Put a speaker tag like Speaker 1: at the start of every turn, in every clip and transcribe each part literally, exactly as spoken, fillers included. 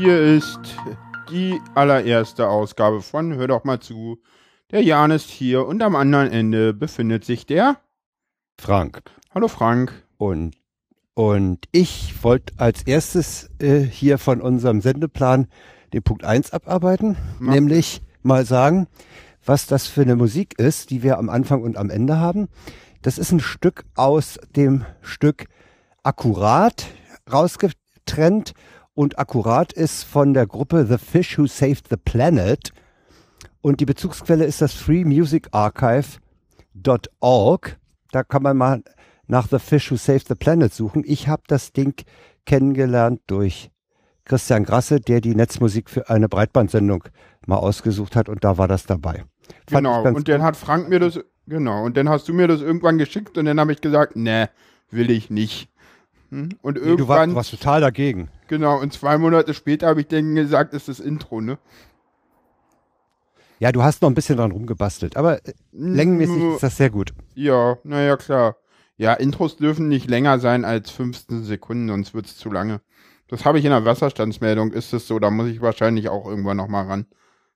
Speaker 1: Hier ist die allererste Ausgabe von Hör doch mal zu. Der Jan ist hier und am anderen Ende befindet sich der
Speaker 2: Frank.
Speaker 1: Hallo Frank.
Speaker 2: Und, und ich wollte als erstes äh, hier von unserem Sendeplan den Punkt eins abarbeiten,
Speaker 1: Mach.
Speaker 2: nämlich mal sagen, was das für eine Musik ist, die wir am Anfang und am Ende haben. Das ist ein Stück aus dem Stück Akkurat rausgetrennt und Akkurat ist von der Gruppe The Fish Who Saved the Planet und die Bezugsquelle ist das free music archive dot org. Da kann man mal nach The Fish Who Saved the Planet suchen. Ich habe das Ding kennengelernt durch Christian Grasse, der die Netzmusik für eine Breitbandsendung mal ausgesucht hat und da war das dabei. Fand
Speaker 1: Genau, und dann hat Frank mir das, genau, und dann hast du mir das irgendwann geschickt und dann habe ich gesagt, ne, will ich nicht. Hm? Und irgendwann,
Speaker 2: nee, du, warst, du warst total dagegen.
Speaker 1: Genau, und zwei Monate später habe ich dann gesagt, ist das Intro, ne?
Speaker 2: Ja, du hast noch ein bisschen dran rumgebastelt, aber äh, längenmäßig ist das sehr gut.
Speaker 1: Ja, naja, klar. Ja, Intros dürfen nicht länger sein als fünfzehn Sekunden, sonst wird es zu lange. Das habe ich in der Wasserstandsmeldung, ist es so, da muss ich wahrscheinlich auch irgendwann nochmal ran.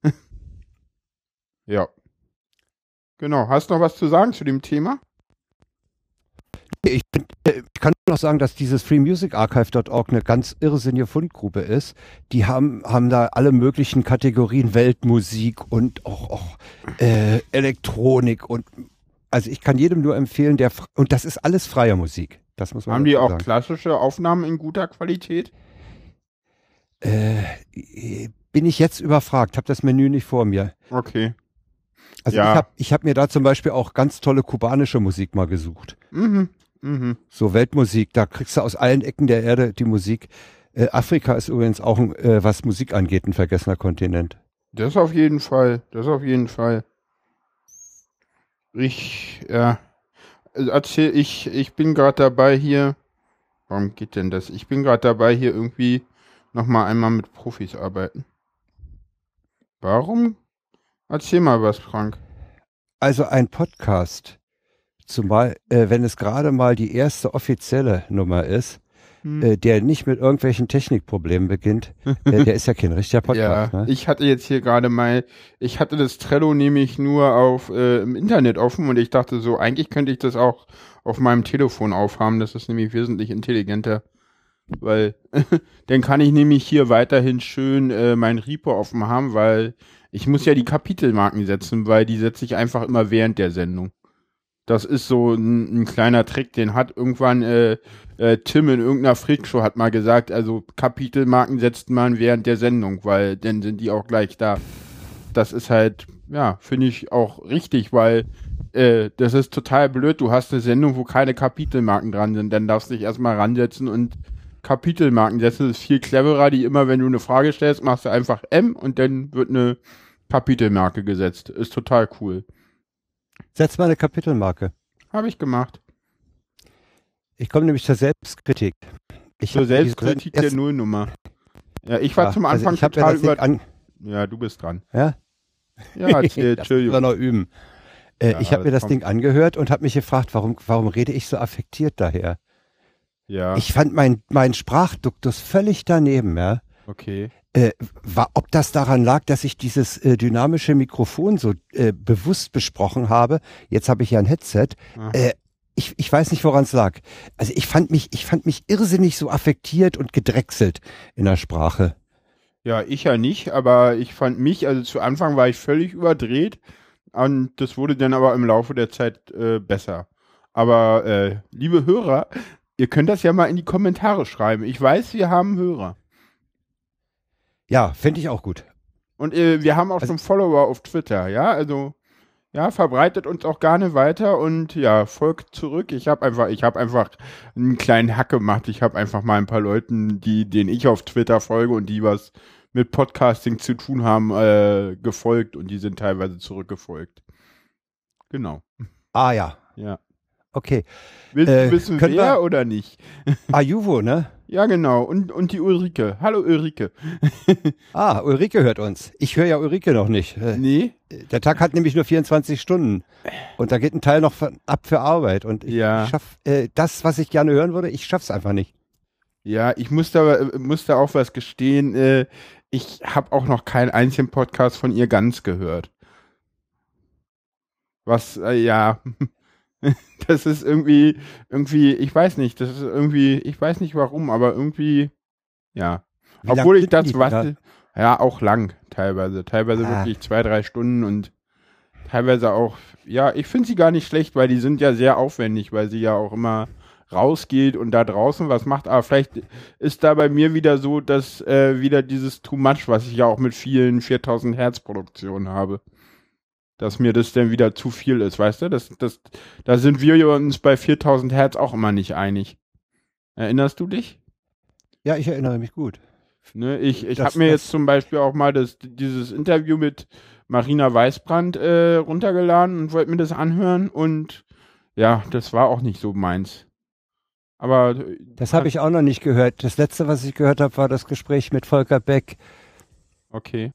Speaker 1: Ja. Genau, hast du noch was zu sagen zu dem Thema?
Speaker 2: Ich, bin, äh, ich kann nur noch sagen, dass dieses free music archive dot org eine ganz irrsinnige Fundgrube ist. Die haben, haben da alle möglichen Kategorien, Weltmusik und auch, auch äh, Elektronik und also ich kann jedem nur empfehlen, der und das ist alles freie Musik. Das muss man
Speaker 1: Haben die auch
Speaker 2: sagen.
Speaker 1: klassische Aufnahmen in guter Qualität?
Speaker 2: Äh, bin ich jetzt überfragt, habe das Menü nicht vor mir.
Speaker 1: Okay.
Speaker 2: Also
Speaker 1: Ja.
Speaker 2: ich habe ich hab mir da zum Beispiel auch ganz tolle kubanische Musik mal gesucht.
Speaker 1: Mhm. Mhm.
Speaker 2: So Weltmusik, da kriegst du aus allen Ecken der Erde die Musik. Äh, Afrika ist übrigens auch, ein, äh, was Musik angeht, ein vergessener Kontinent.
Speaker 1: Das auf jeden Fall. Das auf jeden Fall. Ich, ja. Erzähl, ich, ich bin gerade dabei hier. Warum geht denn das? Ich bin gerade dabei hier irgendwie nochmal einmal mit Profis arbeiten. Warum? Erzähl mal was, Frank.
Speaker 2: Also ein Podcast, zumal äh, wenn es gerade mal die erste offizielle Nummer ist,
Speaker 1: Hm.
Speaker 2: äh, der nicht mit irgendwelchen Technikproblemen beginnt, äh, der ist ja kein richtiger Podcast.
Speaker 1: Ja,
Speaker 2: Ne?
Speaker 1: ich hatte jetzt hier gerade mal, ich hatte das Trello nämlich nur auf äh, im Internet offen und ich dachte so, eigentlich könnte ich das auch auf meinem Telefon aufhaben, das ist nämlich wesentlich intelligenter, weil dann kann ich nämlich hier weiterhin schön äh, mein Repo offen haben, weil ich muss ja die Kapitelmarken setzen, weil die setze ich einfach immer während der Sendung. Das ist so ein, ein kleiner Trick, den hat irgendwann äh, äh, Tim in irgendeiner Freakshow hat mal gesagt, also Kapitelmarken setzt man während der Sendung, weil dann sind die auch gleich da. Das ist halt, ja, finde ich auch richtig, weil äh, das ist total blöd. Du hast eine Sendung, wo keine Kapitelmarken dran sind, dann darfst du dich erstmal ransetzen und Kapitelmarken setzen. Das ist viel cleverer, die immer, wenn du eine Frage stellst, machst du einfach M und dann wird eine Kapitelmarke gesetzt. Ist total cool.
Speaker 2: Setz mal eine Kapitelmarke.
Speaker 1: Habe ich gemacht.
Speaker 2: Ich komme nämlich zur Selbstkritik. Ich
Speaker 1: Zur
Speaker 2: hab
Speaker 1: Selbstkritik
Speaker 2: diese-
Speaker 1: der Nullnummer. Ja, ich war
Speaker 2: Ja,
Speaker 1: zum
Speaker 2: also
Speaker 1: Anfang
Speaker 2: ich hab mir
Speaker 1: total
Speaker 2: das Ding
Speaker 1: über...
Speaker 2: an,
Speaker 1: Ja, du bist dran.
Speaker 2: ja?
Speaker 1: Ja, erzähl,
Speaker 2: das müssen wir
Speaker 1: Entschuldigung.
Speaker 2: noch üben. Äh,
Speaker 1: Ja,
Speaker 2: ich habe mir das
Speaker 1: komm.
Speaker 2: Ding angehört und habe mich gefragt, warum, warum rede ich so affektiert daher?
Speaker 1: Ja,
Speaker 2: Ich fand mein, mein Sprachduktus völlig daneben, ja.
Speaker 1: okay.
Speaker 2: Äh, war, ob das daran lag, dass ich dieses äh, dynamische Mikrofon so äh, bewusst besprochen habe. Jetzt habe ich ja ein Headset.
Speaker 1: Aha.
Speaker 2: Äh, ich, ich weiß nicht, woran es lag. Also ich fand mich, ich fand mich irrsinnig so affektiert und gedrechselt in der Sprache.
Speaker 1: Ja, ich ja nicht, aber ich fand mich, also zu Anfang war ich völlig überdreht und das wurde dann aber im Laufe der Zeit äh, besser. Aber äh, liebe Hörer, ihr könnt das ja mal in die Kommentare schreiben. Ich weiß, wir haben Hörer.
Speaker 2: Ja, fände ich auch gut.
Speaker 1: Und äh, wir haben auch
Speaker 2: Also-
Speaker 1: schon Follower auf Twitter, ja, also ja, verbreitet uns auch gerne weiter und ja, folgt zurück. Ich habe einfach, ich habe einfach einen kleinen Hack gemacht. Ich habe einfach mal ein paar Leuten, die, denen ich auf Twitter folge und die was mit Podcasting zu tun haben, äh, gefolgt und die sind teilweise zurückgefolgt. Genau.
Speaker 2: Ah ja,
Speaker 1: Ja.
Speaker 2: okay.
Speaker 1: Willst
Speaker 2: Äh,
Speaker 1: du wissen,
Speaker 2: können
Speaker 1: wer
Speaker 2: wir-
Speaker 1: oder nicht?
Speaker 2: Ajuvo, ne?
Speaker 1: Ja, genau. Und, und die Ulrike. Hallo Ulrike.
Speaker 2: Ah, Ulrike hört uns. Ich höre ja Ulrike noch nicht. Äh,
Speaker 1: Nee?
Speaker 2: Der Tag hat nämlich nur vierundzwanzig Stunden und da geht ein Teil noch von, ab für Arbeit und ich
Speaker 1: Ja.
Speaker 2: schaff äh, das, was ich gerne hören würde, ich schaff's einfach nicht.
Speaker 1: Ja, ich muss da, muss da auch was gestehen. Äh, ich habe auch noch keinen einzigen Podcast von ihr ganz gehört. Was, äh, ja, das ist irgendwie, irgendwie, ich weiß nicht, das ist irgendwie, ich weiß nicht warum, aber irgendwie, ja.
Speaker 2: Wie lang
Speaker 1: Obwohl ich
Speaker 2: sind die
Speaker 1: das, was,
Speaker 2: Dinger?
Speaker 1: ja, auch lang teilweise. Teilweise
Speaker 2: Ah,
Speaker 1: wirklich zwei, drei Stunden und teilweise auch, ja, ich finde sie gar nicht schlecht, weil die sind ja sehr aufwendig, weil sie ja auch immer rausgeht und da draußen was macht. Aber vielleicht ist da bei mir wieder so, dass äh, wieder dieses Too Much, was ich ja auch mit vielen viertausend Hertz Produktionen habe, dass mir das dann wieder zu viel ist, weißt du? Das, das, da sind wir ja uns bei viertausend Hertz auch immer nicht einig. Erinnerst du dich?
Speaker 2: ja, ich erinnere mich gut.
Speaker 1: Ne, ich ich
Speaker 2: Das,
Speaker 1: habe mir jetzt
Speaker 2: das,
Speaker 1: zum Beispiel auch mal das, dieses Interview mit Marina Weißbrand äh, runtergeladen und wollte mir das anhören und ja, das war auch nicht so meins. Aber äh,
Speaker 2: das habe
Speaker 1: kannst,
Speaker 2: ich auch noch nicht gehört. Das letzte, was ich gehört habe, war das Gespräch mit Volker Beck.
Speaker 1: okay.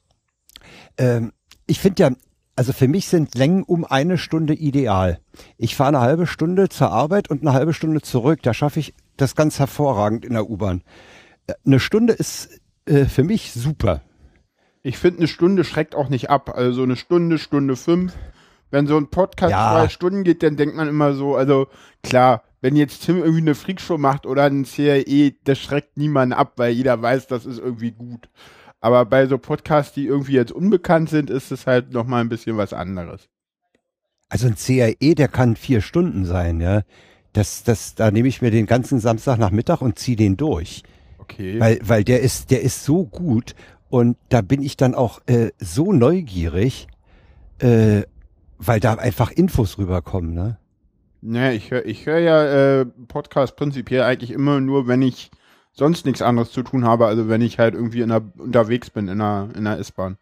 Speaker 2: Ähm, ich finde ja, also für mich sind Längen um eine Stunde ideal. Ich fahre eine halbe Stunde zur Arbeit und eine halbe Stunde zurück. Da schaffe ich das ganz hervorragend in der U-Bahn. Äh, Eine Stunde ist äh, für mich super.
Speaker 1: Ich finde, eine Stunde schreckt auch nicht ab. Also eine Stunde, Stunde fünf. Wenn so ein Podcast
Speaker 2: Ja,
Speaker 1: zwei Stunden geht, dann denkt man immer so, also klar, wenn jetzt Tim irgendwie eine Freakshow macht oder ein C R E, das schreckt niemanden ab, weil jeder weiß, das ist irgendwie gut. Aber bei so Podcasts, die irgendwie jetzt unbekannt sind, ist es halt nochmal ein bisschen was anderes.
Speaker 2: also ein C R E, der kann vier Stunden sein, ja. Das, das, da nehme ich mir den ganzen Samstagnachmittag und ziehe den durch.
Speaker 1: Okay.
Speaker 2: Weil, weil der ist, der ist so gut und da bin ich dann auch äh, so neugierig, äh, weil da einfach Infos rüberkommen, ne?
Speaker 1: Ne, ich höre ich hör ja äh, Podcast prinzipiell eigentlich immer nur, wenn ich sonst nichts anderes zu tun habe, also wenn ich halt irgendwie in der, unterwegs bin in der, in der S-Bahn.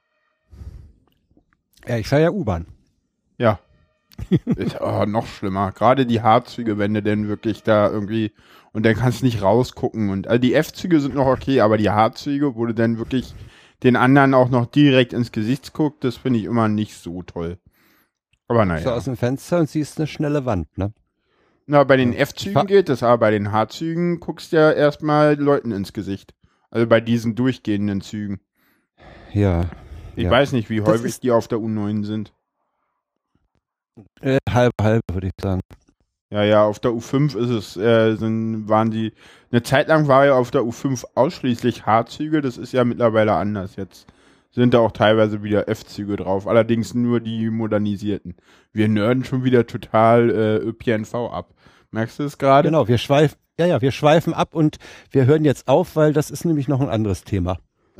Speaker 2: Ja, ich fahre ja U-Bahn.
Speaker 1: Ja. Ist oh, noch schlimmer. Gerade die H-Züge, wenn du denn wirklich da irgendwie und dann kannst du nicht rausgucken und also die F-Züge sind noch okay, aber die H-Züge, wo du dann wirklich den anderen auch noch direkt ins Gesicht guckst, das finde ich immer nicht so toll. Aber
Speaker 2: So
Speaker 1: naja.
Speaker 2: aus dem Fenster und siehst eine schnelle Wand, ne?
Speaker 1: Na, bei den
Speaker 2: Ja.
Speaker 1: F-Zügen geht das, aber bei den H-Zügen guckst du ja erstmal Leuten ins Gesicht. Also bei diesen durchgehenden Zügen.
Speaker 2: Ja.
Speaker 1: Ich
Speaker 2: ja.
Speaker 1: weiß nicht, wie
Speaker 2: Das
Speaker 1: häufig
Speaker 2: ist-
Speaker 1: die auf der U neun sind.
Speaker 2: Äh, halbe, halbe, würde ich sagen.
Speaker 1: Ja, ja, auf der U fünf ist es, äh, sind, waren die, eine Zeit lang war ja auf der U fünf ausschließlich H-Züge, das ist ja mittlerweile anders. Jetzt sind da auch teilweise wieder F-Züge drauf, allerdings nur die modernisierten. Wir nerden schon wieder total äh, Ö P N V ab. Merkst du es gerade?
Speaker 2: Genau, wir schweifen, ja, ja, wir schweifen ab und wir hören jetzt auf, weil das ist nämlich noch ein anderes Thema.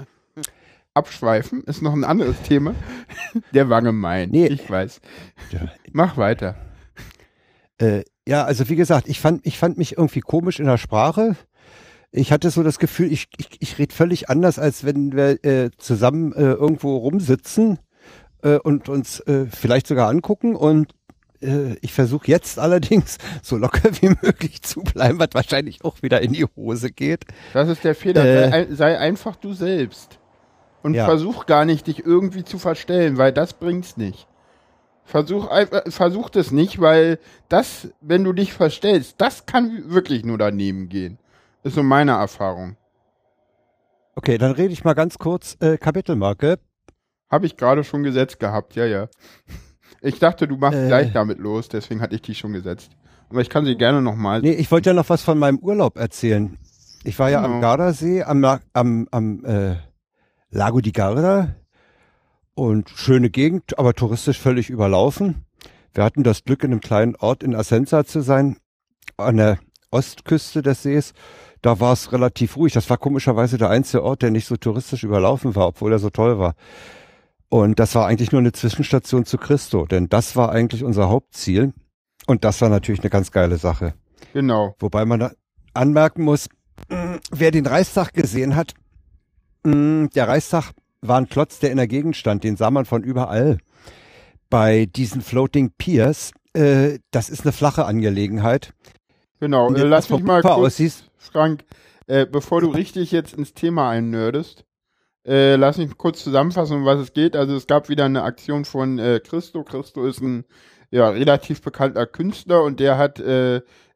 Speaker 1: Abschweifen ist noch ein anderes Thema. Der war gemein,
Speaker 2: Nee.
Speaker 1: ich weiß.
Speaker 2: Ja.
Speaker 1: Mach weiter.
Speaker 2: Äh, ja, also wie gesagt, ich fand, ich fand mich irgendwie komisch in der Sprache. Ich hatte so das Gefühl, ich, ich, ich rede völlig anders, als wenn wir äh, zusammen äh, irgendwo rumsitzen äh, und uns äh, vielleicht sogar angucken. Und äh, ich versuche jetzt allerdings so locker wie möglich zu bleiben, was wahrscheinlich auch wieder in die Hose geht.
Speaker 1: Das ist der Fehler.
Speaker 2: Äh.
Speaker 1: sei, ein- sei einfach du selbst. Und
Speaker 2: Ja.
Speaker 1: versuch gar nicht, dich irgendwie zu verstellen, weil das bringt's nicht. Versuch, ein- äh, versuch das nicht, weil das, wenn du dich verstellst, das kann wirklich nur daneben gehen. Ist so meine Erfahrung.
Speaker 2: Okay, dann rede ich mal ganz kurz äh, Kapitelmarke.
Speaker 1: Habe ich gerade schon gesetzt gehabt, ja, ja. Ich dachte, du machst
Speaker 2: Äh.
Speaker 1: gleich damit los, deswegen hatte ich die schon gesetzt. Aber ich kann sie gerne nochmal.
Speaker 2: Nee, ich wollte ja noch was von meinem Urlaub erzählen. Ich war ja
Speaker 1: Genau.
Speaker 2: am Gardasee, am, La- am, am äh, Lago di Garda und schöne Gegend, aber touristisch völlig überlaufen. Wir hatten das Glück, in einem kleinen Ort in Asenza zu sein, an der Ostküste des Sees. Da war es relativ ruhig. Das war komischerweise der einzige Ort, der nicht so touristisch überlaufen war, obwohl er so toll war. Und das war eigentlich nur eine Zwischenstation zu Christo, denn das war eigentlich unser Hauptziel. Und das war natürlich eine ganz geile Sache.
Speaker 1: Genau.
Speaker 2: Wobei man da anmerken muss, mh, wer den Reichstag gesehen hat, mh, der Reichstag war ein Klotz, der in der Gegend stand. Den sah man von überall. Bei diesen Floating Piers, äh, das ist eine flache Angelegenheit.
Speaker 1: Genau.
Speaker 2: Und
Speaker 1: Äh,
Speaker 2: jetzt,
Speaker 1: lass
Speaker 2: was vom
Speaker 1: mich mal
Speaker 2: Ufer
Speaker 1: kurz,
Speaker 2: aussieht,
Speaker 1: Frank, äh, bevor du richtig jetzt ins Thema einnördest, äh, lass mich kurz zusammenfassen, um was es geht. Also es gab wieder eine Aktion von äh, Christo. Christo ist ein ja, relativ bekannter Künstler und der hat äh,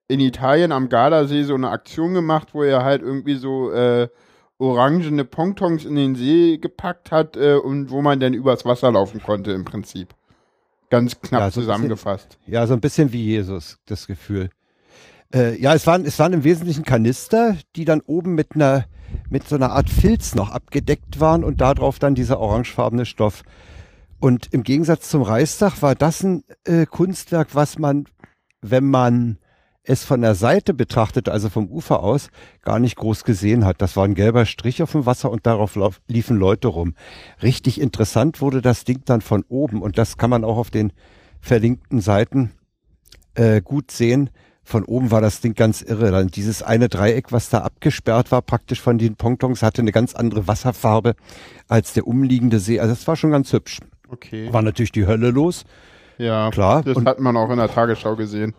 Speaker 1: in Italien am Gardasee so eine Aktion gemacht, wo er halt irgendwie so äh, orangene Pontons in den See gepackt hat äh, und wo man dann übers Wasser laufen konnte im Prinzip. Ganz knapp
Speaker 2: Ja, so ein
Speaker 1: zusammengefasst.
Speaker 2: Bisschen, ja, so ein bisschen wie Jesus, das Gefühl. Äh, ja, es waren, es waren im Wesentlichen Kanister, die dann oben mit einer, mit so einer Art Filz noch abgedeckt waren und darauf dann dieser orangefarbene Stoff. Und im Gegensatz zum Reichstag war das ein äh, Kunstwerk, was man, wenn man es von der Seite betrachtete, also vom Ufer aus, gar nicht groß gesehen hat. Das war ein gelber Strich auf dem Wasser und darauf lauf, liefen Leute rum. Richtig interessant wurde das Ding dann von oben und das kann man auch auf den verlinkten Seiten äh, gut sehen. Von oben war das Ding ganz irre. Dann dieses eine Dreieck, was da abgesperrt war, praktisch von den Pontons, hatte eine ganz andere Wasserfarbe als der umliegende See. Also das war schon ganz hübsch.
Speaker 1: Okay.
Speaker 2: War natürlich die Hölle los.
Speaker 1: Ja,
Speaker 2: klar.
Speaker 1: Das
Speaker 2: und
Speaker 1: hat man auch in der Tagesschau gesehen.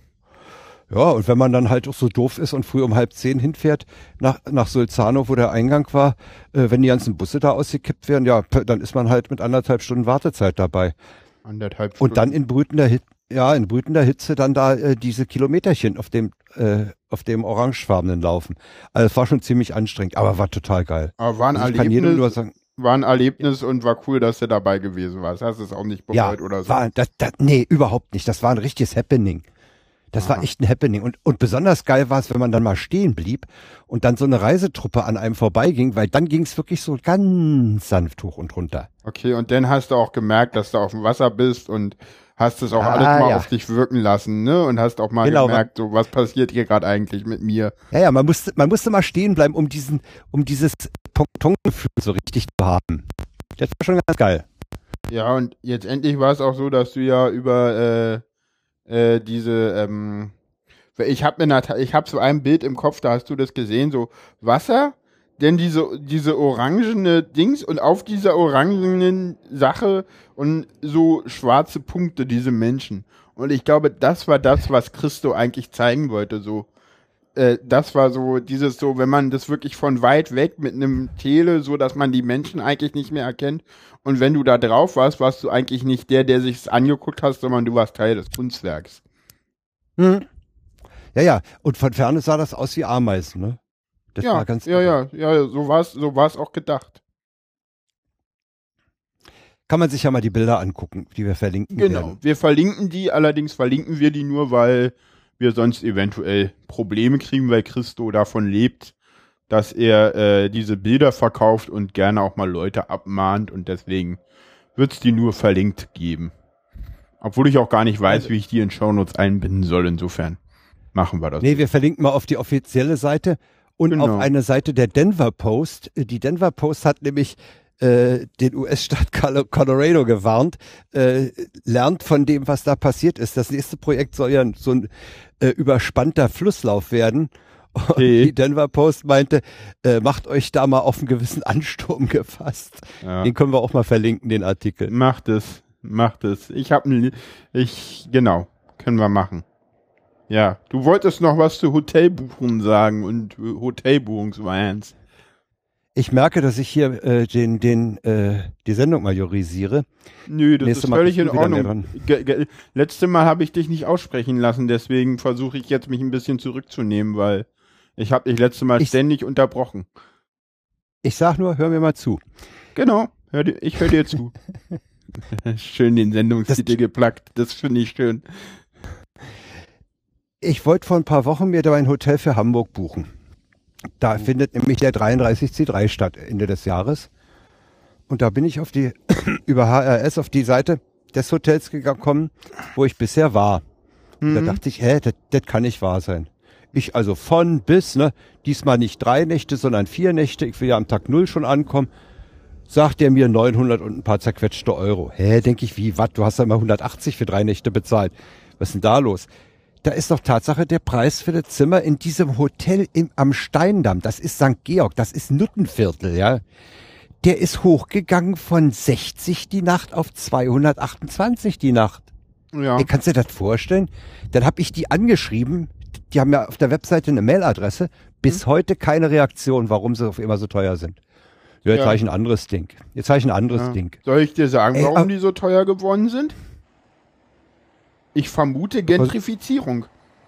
Speaker 2: Ja, und wenn man dann halt auch so doof ist und früh um halb zehn hinfährt nach, nach Solzano, wo der Eingang war, äh, wenn die ganzen Busse da ausgekippt werden, ja, dann ist man halt mit anderthalb Stunden Wartezeit dabei.
Speaker 1: Anderthalb Stunden.
Speaker 2: Und dann in brütender Hitze, ja, in brütender Hitze dann da äh, diese Kilometerchen auf dem, äh, auf dem orangefarbenen laufen. Also es war schon ziemlich anstrengend, aber war total geil.
Speaker 1: Aber war ein
Speaker 2: also ich kann jedem nur
Speaker 1: Erlebnis,
Speaker 2: sagen,
Speaker 1: war ein Erlebnis und war cool, dass du dabei gewesen warst. Hast du es auch nicht bereut
Speaker 2: ja,
Speaker 1: oder so?
Speaker 2: War, das, das, nee, überhaupt nicht. Das war ein richtiges Happening. Das
Speaker 1: Aha.
Speaker 2: war echt ein Happening. Und, und besonders geil war es, wenn man dann mal stehen blieb und dann so eine Reisetruppe an einem vorbeiging, weil dann ging es wirklich so ganz sanft hoch und runter.
Speaker 1: Okay, und dann hast du auch gemerkt, dass du auf dem Wasser bist und hast es auch
Speaker 2: Ah,
Speaker 1: alles mal
Speaker 2: ja.
Speaker 1: auf dich wirken lassen, ne? Und hast auch mal
Speaker 2: Genau,
Speaker 1: gemerkt, so was passiert hier gerade eigentlich mit mir.
Speaker 2: Ja, ja, man musste, man musste mal stehen bleiben, um diesen, um dieses Pontongefühl so richtig zu haben. Das war schon ganz geil.
Speaker 1: Ja, und jetzt endlich war es auch so, dass du ja über äh, äh, diese, ähm, ich habe mir nat- ich habe so ein Bild im Kopf, da hast du das gesehen, so Wasser, denn diese diese orangene Dings und auf dieser orangenen Sache und so schwarze Punkte, diese Menschen. Und ich glaube, das war das, was Christo eigentlich zeigen wollte, so. Äh, das war so dieses so, wenn man das wirklich von weit weg mit einem Tele, so dass man die Menschen eigentlich nicht mehr erkennt. Und wenn du da drauf warst, warst du eigentlich nicht der, der sich's angeguckt hast, sondern du warst Teil des Kunstwerks.
Speaker 2: Hm. Ja, ja. Und von Ferne sah das aus wie Ameisen, ne? Das
Speaker 1: ja,
Speaker 2: war ganz
Speaker 1: ja, ja, ja, so war's, so war's auch gedacht.
Speaker 2: Kann man sich ja mal die Bilder angucken, die wir verlinken
Speaker 1: Genau.
Speaker 2: werden.
Speaker 1: Wir verlinken die, allerdings verlinken wir die nur, weil wir sonst eventuell Probleme kriegen, weil Christo davon lebt, dass er äh, diese Bilder verkauft und gerne auch mal Leute abmahnt und deswegen wird's die nur verlinkt geben. Obwohl ich auch gar nicht weiß,
Speaker 2: Also,
Speaker 1: wie ich die in Shownotes einbinden soll, insofern machen wir das.
Speaker 2: Nee, wir verlinken mal auf die offizielle Seite und
Speaker 1: Genau.
Speaker 2: auf eine Seite der Denver Post. Die Denver Post hat nämlich äh, den U S-Staat Colorado gewarnt, äh, lernt von dem, was da passiert ist. Das nächste Projekt soll ja so ein äh, überspannter Flusslauf werden. Und
Speaker 1: Okay.
Speaker 2: die Denver Post meinte, äh, macht euch da mal auf einen gewissen Ansturm gefasst.
Speaker 1: Ja.
Speaker 2: Den können wir auch mal verlinken, den Artikel.
Speaker 1: Macht es, macht es. Ich habe ein, ich, genau, können wir machen. Ja, du wolltest noch was zu Hotelbuchen sagen und äh, Hotelbuchungsvariants.
Speaker 2: Ich merke, dass ich hier äh, den, den, äh, die Sendung majorisiere.
Speaker 1: Nö, das
Speaker 2: Nächstes
Speaker 1: ist
Speaker 2: Mal
Speaker 1: völlig
Speaker 2: bist
Speaker 1: in
Speaker 2: du wieder mehr
Speaker 1: Ordnung. Ge ge letzte Mal habe ich dich nicht aussprechen lassen, deswegen versuche ich jetzt mich ein bisschen zurückzunehmen, weil ich habe dich letzte Mal
Speaker 2: Ich-
Speaker 1: ständig unterbrochen.
Speaker 2: Ich sag nur, hör mir mal zu.
Speaker 1: Genau, hör dir, ich höre dir zu. Schön den Sendungstitel geplackt, das finde ich schön.
Speaker 2: Ich wollte vor ein paar Wochen mir da ein Hotel für Hamburg buchen. Da findet nämlich der dreiunddreißig C drei statt, Ende des Jahres. Und da bin ich auf die, über H R S auf die Seite des Hotels gekommen, wo ich bisher war. Und da
Speaker 1: Mhm.
Speaker 2: dachte ich, hä, das, das kann nicht wahr sein. Ich also von bis, ne, diesmal nicht drei Nächte, sondern vier Nächte. Ich will ja am Tag null schon ankommen. Sagt er mir neunhundert und ein paar zerquetschte Euro. Hä, denke ich, wie, was, du hast ja mal hundertachtzig für drei Nächte bezahlt. Was ist denn da los? Da ist doch Tatsache der Preis für das Zimmer in diesem Hotel im, am Steindamm. Das ist Sankt Georg, das ist Nuttenviertel, ja. Der ist hochgegangen von sechzig die Nacht auf zweihundertachtundzwanzig die Nacht.
Speaker 1: Ja.
Speaker 2: Ey, kannst du dir das vorstellen? Dann habe ich die angeschrieben. Die haben ja auf der Webseite eine Mailadresse. Bis
Speaker 1: Mhm.
Speaker 2: heute keine Reaktion, warum sie auf immer so teuer sind. Ja, jetzt
Speaker 1: Ja.
Speaker 2: habe ich ein anderes Ding. Jetzt habe ich ein anderes
Speaker 1: Ja.
Speaker 2: Ding.
Speaker 1: Soll ich dir sagen,
Speaker 2: Ey,
Speaker 1: warum
Speaker 2: aber-
Speaker 1: die so teuer geworden sind? Ich vermute Gentrifizierung.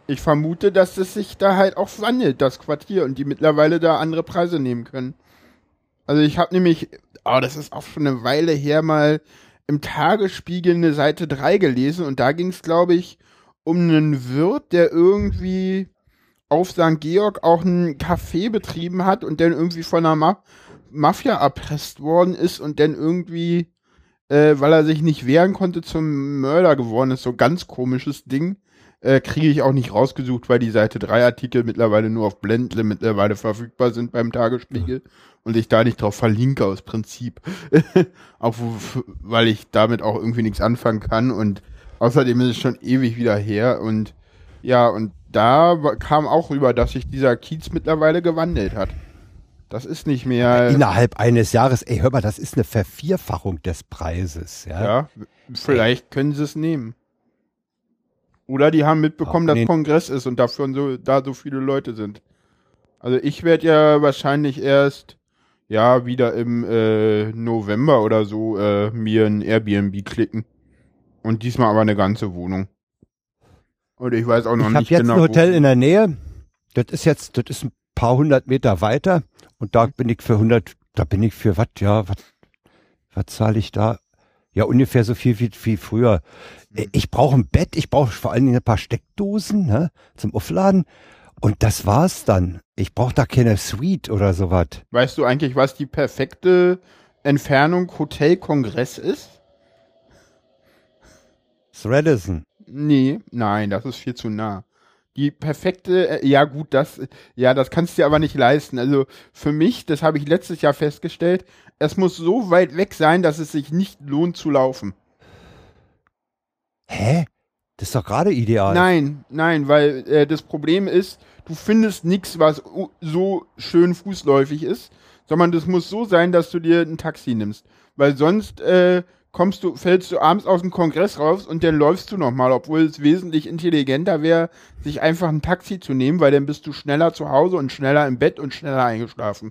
Speaker 1: Ich vermute, dass es sich da halt auch wandelt, das Quartier, und die mittlerweile da andere Preise nehmen können. Also ich habe nämlich, oh, das ist auch schon eine Weile her, mal im Tagesspiegel eine Seite drei gelesen und da ging es, glaube ich, um einen Wirt, der irgendwie auf Sankt Georg auch ein Café betrieben hat und dann irgendwie von einer Ma- Mafia erpresst worden ist und dann irgendwie, äh, weil er sich nicht wehren konnte, zum Mörder geworden ist. So ganz komisches Ding. Äh, kriege ich auch nicht rausgesucht, weil die Seite drei Artikel mittlerweile nur auf Blendle mittlerweile verfügbar sind beim Tagesspiegel und ich da nicht drauf verlinke aus Prinzip. Auch wo, weil ich damit auch irgendwie nichts anfangen kann und außerdem ist es schon ewig wieder her und ja, und da wa- kam auch rüber, dass sich dieser Kiez mittlerweile gewandelt hat. Das ist nicht mehr,
Speaker 2: Innerhalb eines Jahres, ey, hör mal, das ist eine Vervierfachung des Preises. Ja,
Speaker 1: ja, vielleicht können sie es nehmen. Oder die haben mitbekommen,
Speaker 2: Ach,
Speaker 1: dass
Speaker 2: nee.
Speaker 1: Kongress ist und dafür so, da so viele Leute sind. Also ich werde ja wahrscheinlich erst, ja, wieder im äh, November oder so äh, mir ein Airbnb klicken. Und diesmal aber eine ganze Wohnung. Und ich weiß auch noch
Speaker 2: Ich habe
Speaker 1: nicht
Speaker 2: jetzt
Speaker 1: genau,
Speaker 2: ein Hotel
Speaker 1: wo.
Speaker 2: in der Nähe. Das ist jetzt, das ist ein paar hundert Meter weiter. Und da bin ich für hundert, da bin ich für was, ja, was, was zahle ich da? Ja, ungefähr so viel wie, wie früher. Äh, Ich brauche ein Bett, ich brauche vor allen Dingen ein paar Steckdosen, ne, zum Aufladen. Und das war's dann. Ich brauche da keine Suite oder sowas.
Speaker 1: Weißt du eigentlich, was die perfekte Entfernung Hotel-Kongress ist?
Speaker 2: Das Radisson.
Speaker 1: Nee, nein, das ist viel zu nah. Die perfekte, äh, ja gut, das, ja, das kannst du dir aber nicht leisten. Also für mich, das habe ich letztes Jahr festgestellt, es muss so weit weg sein, dass es sich nicht lohnt zu laufen.
Speaker 2: Hä? Das ist doch gerade ideal.
Speaker 1: Nein, nein, weil äh, das Problem ist, du findest nichts, was u- so schön fußläufig ist, sondern das muss so sein, dass du dir ein Taxi nimmst. Weil sonst äh, kommst du, fällst du abends aus dem Kongress raus und dann läufst du nochmal, obwohl es wesentlich intelligenter wäre, sich einfach ein Taxi zu nehmen, weil dann bist du schneller zu Hause und schneller im Bett und schneller eingeschlafen.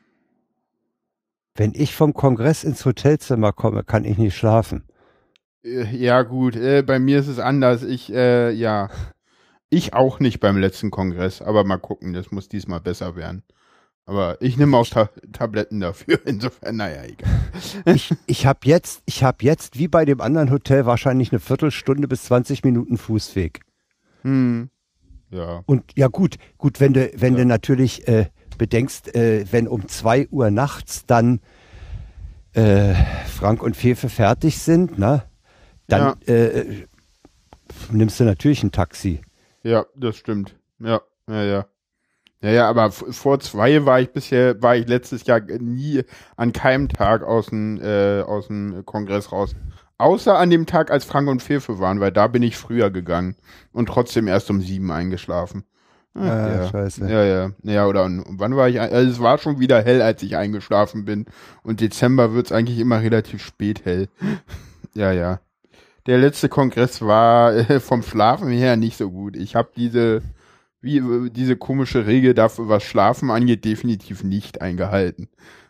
Speaker 2: Wenn ich vom Kongress ins Hotelzimmer komme, kann ich nicht schlafen.
Speaker 1: Äh, ja gut, äh, bei mir ist es anders. Ich, äh, ja, ich auch nicht beim letzten Kongress, aber mal gucken, das muss diesmal besser werden. Aber ich nehme auch Ta Tabletten dafür, insofern, naja, egal.
Speaker 2: Ich, ich habe jetzt, ich habe jetzt, wie bei dem anderen Hotel, wahrscheinlich eine Viertelstunde bis zwanzig Minuten Fußweg.
Speaker 1: Hm. Ja.
Speaker 2: Und ja gut, gut, wenn du, wenn
Speaker 1: Ja.
Speaker 2: du natürlich äh, bedenkst, äh, wenn um zwei Uhr nachts dann äh, Frank und Fefe fertig sind, ne, dann äh, nimmst du natürlich ein Taxi.
Speaker 1: Ja, das stimmt. Ja, ja, ja. Ja, ja, aber v- vor zwei war ich bisher, war ich letztes Jahr nie an keinem Tag aus dem, äh, aus dem Kongress raus. Außer an dem Tag, als Frank und Fefe waren, weil da bin ich früher gegangen und trotzdem erst um sieben eingeschlafen. Ach,
Speaker 2: Ah,
Speaker 1: ja.
Speaker 2: scheiße.
Speaker 1: Ja, ja. Ja, oder und wann war ich? ein- Also es war schon wieder hell, als ich eingeschlafen bin. Und Dezember wird's eigentlich immer relativ spät hell. Ja, ja. Der letzte Kongress war äh, vom Schlafen her nicht so gut. Ich habe diese, wie, äh, diese komische Regel dafür, was Schlafen angeht, definitiv nicht eingehalten.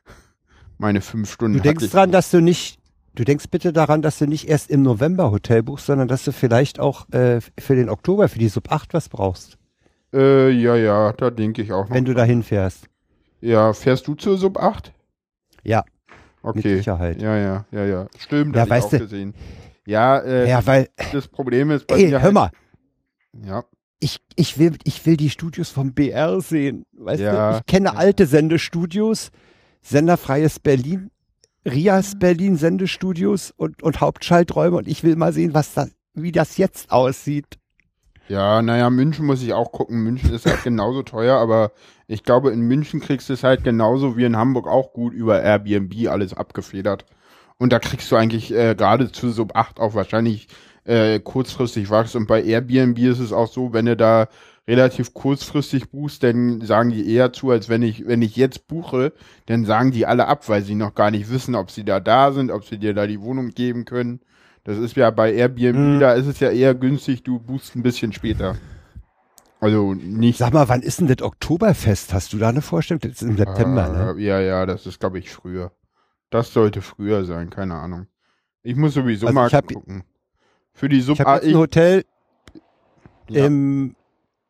Speaker 1: Meine fünf Stunden
Speaker 2: Du denkst
Speaker 1: hatte ich
Speaker 2: dran,
Speaker 1: nicht.
Speaker 2: dass du nicht, du denkst bitte daran, dass du nicht erst im November Hotel buchst, sondern dass du vielleicht auch äh, für den Oktober, für die Sub acht was brauchst,
Speaker 1: Äh, ja, ja, da denke ich auch noch.
Speaker 2: wenn du dahin fährst.
Speaker 1: Ja, fährst du zur Sub acht?
Speaker 2: Ja,
Speaker 1: Okay.
Speaker 2: mit Sicherheit.
Speaker 1: Ja, ja, ja, ja. Stimmt,
Speaker 2: Ja,
Speaker 1: hab ich auch
Speaker 2: weißt du-
Speaker 1: gesehen. Ja, äh,
Speaker 2: Ja, weil,
Speaker 1: das Problem ist bei
Speaker 2: ey,
Speaker 1: mir
Speaker 2: hör
Speaker 1: halt,
Speaker 2: mal,
Speaker 1: ja,
Speaker 2: ich, ich, will, ich will die Studios vom B R sehen. Weißt
Speaker 1: Ja.
Speaker 2: du, ich kenne alte Sendestudios, Senderfreies Berlin, Rias Berlin Sendestudios und, und Hauptschalträume und ich will mal sehen, was da, wie das jetzt aussieht.
Speaker 1: ja, naja, München muss ich auch gucken. München ist halt genauso teuer, aber ich glaube, in München kriegst du es halt genauso wie in Hamburg auch gut über Airbnb alles abgefedert. Und da kriegst du eigentlich äh, gerade zu Sub acht auch wahrscheinlich äh, kurzfristig was. Und bei Airbnb ist es auch so, wenn du da relativ kurzfristig buchst, dann sagen die eher zu, als wenn ich, wenn ich jetzt buche, dann sagen die alle ab, weil sie noch gar nicht wissen, ob sie da da sind, ob sie dir da die Wohnung geben können. Das ist ja bei Airbnb,
Speaker 2: Mhm.
Speaker 1: da ist es ja eher günstig, du buchst ein bisschen später. Also nicht.
Speaker 2: Sag mal, wann ist denn das Oktoberfest? Hast du da eine Vorstellung? Das ist im September, ne?
Speaker 1: Äh, Ja, ja, das ist, glaube ich, früher. Das sollte früher sein, keine Ahnung. Ich muss sowieso
Speaker 2: Also
Speaker 1: mal
Speaker 2: ich hab-
Speaker 1: gucken. Für die Sub
Speaker 2: Ich habe jetzt ein Hotel
Speaker 1: ja.
Speaker 2: im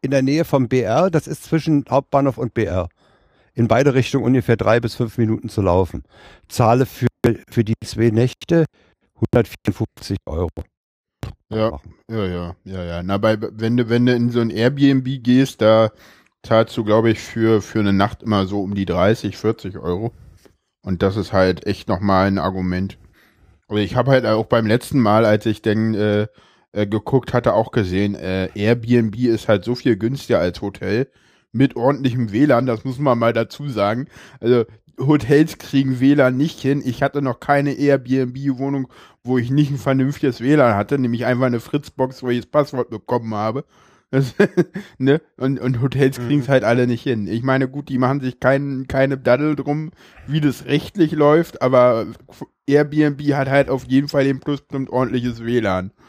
Speaker 2: in der Nähe vom B R, das ist zwischen Hauptbahnhof und B R. In beide Richtungen ungefähr drei bis fünf Minuten zu laufen. Zahle für, für die zwei Nächte hundertvierundfünfzig Euro.
Speaker 1: Ja, ja, ja, ja, ja. Na, bei, wenn du, wenn du in so ein Airbnb gehst, da zahlst du, glaube ich, für, für eine Nacht immer so um die dreißig, vierzig Euro. Und das ist halt echt nochmal ein Argument. Aber ich habe halt auch beim letzten Mal, als ich dann äh, äh, geguckt hatte, auch gesehen, äh, Airbnb ist halt so viel günstiger als Hotel. Mit ordentlichem W L A N, das muss man mal dazu sagen. Also Hotels kriegen W L A N nicht hin. Ich hatte noch keine Airbnb-Wohnung, wo ich nicht ein vernünftiges W L A N hatte, nämlich einfach eine Fritzbox, wo ich das Passwort bekommen habe. Das, ne? Und, und Hotels kriegen es halt alle nicht hin. Ich meine, gut, die machen sich kein, keine Daddel drum, wie das rechtlich läuft, aber Airbnb hat halt auf jeden Fall den Pluspunkt ordentliches W L A N.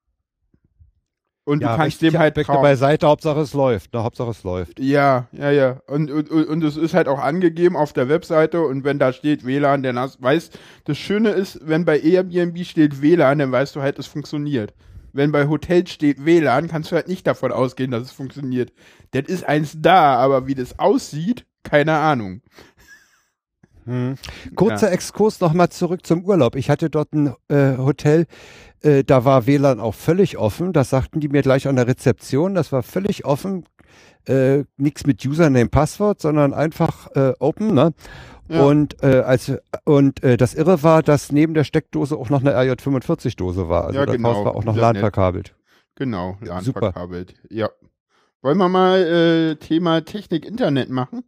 Speaker 1: Und
Speaker 2: ja,
Speaker 1: du kannst dem halt
Speaker 2: trauen. Beiseite, Hauptsache es läuft. Ne? Hauptsache es läuft.
Speaker 1: Ja, ja, ja. Und, und, und es ist halt auch angegeben auf der Webseite und wenn da steht W L A N, dann hast, weißt, das Schöne ist, wenn bei Airbnb steht W L A N, dann weißt du halt, es funktioniert. Wenn bei Hotels steht W L A N, kannst du halt nicht davon ausgehen, dass es funktioniert. Das ist eins da, aber wie das aussieht, keine Ahnung.
Speaker 2: Hm. Kurzer ja. Exkurs nochmal zurück zum Urlaub. Ich hatte dort ein äh, Hotel, äh, da war W L A N auch völlig offen. Das sagten die mir gleich an der Rezeption. Das war völlig offen. Äh, nichts mit Username, Passwort, sondern einfach äh, open. Ne? Ja. Und, äh, als, und äh, das Irre war, dass neben der Steckdose auch noch eine R J fünfundvierzig Dose war. Also
Speaker 1: ja,
Speaker 2: das
Speaker 1: genau.
Speaker 2: Haus war auch noch LAN verkabelt.
Speaker 1: Genau, LAN verkabelt. Ja. Wollen wir mal äh, Thema Technik Internet machen?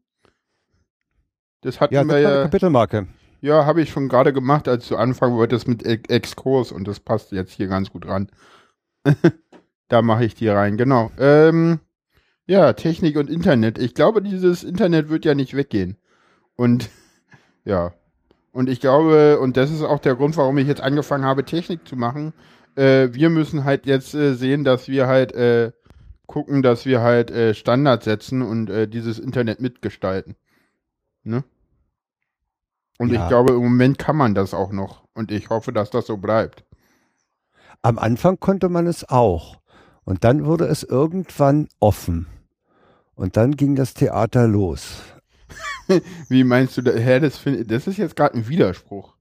Speaker 1: Das hatten
Speaker 2: ja,
Speaker 1: wir ja.
Speaker 2: Eine Kapitelmarke.
Speaker 1: Ja, habe ich schon gerade gemacht, als du anfangen wolltest mit Exkurs und das passt jetzt hier ganz gut ran. Da mache ich die rein, genau. Ähm, ja, Technik und Internet. Ich glaube, dieses Internet wird ja nicht weggehen. Und ja, und ich glaube, und das ist auch der Grund, warum ich jetzt angefangen habe, Technik zu machen. Äh, wir müssen halt jetzt äh, sehen, dass wir halt äh, gucken, dass wir halt äh, Standards setzen und äh, dieses Internet mitgestalten. Ne? Und ja. Ich glaube, im Moment kann man das auch noch. Und ich hoffe, dass das so bleibt.
Speaker 2: Am Anfang konnte man es auch. Und dann wurde es irgendwann offen. Und dann ging das Theater los.
Speaker 1: Wie meinst du, Herr, das, find, das ist jetzt gerade ein Widerspruch.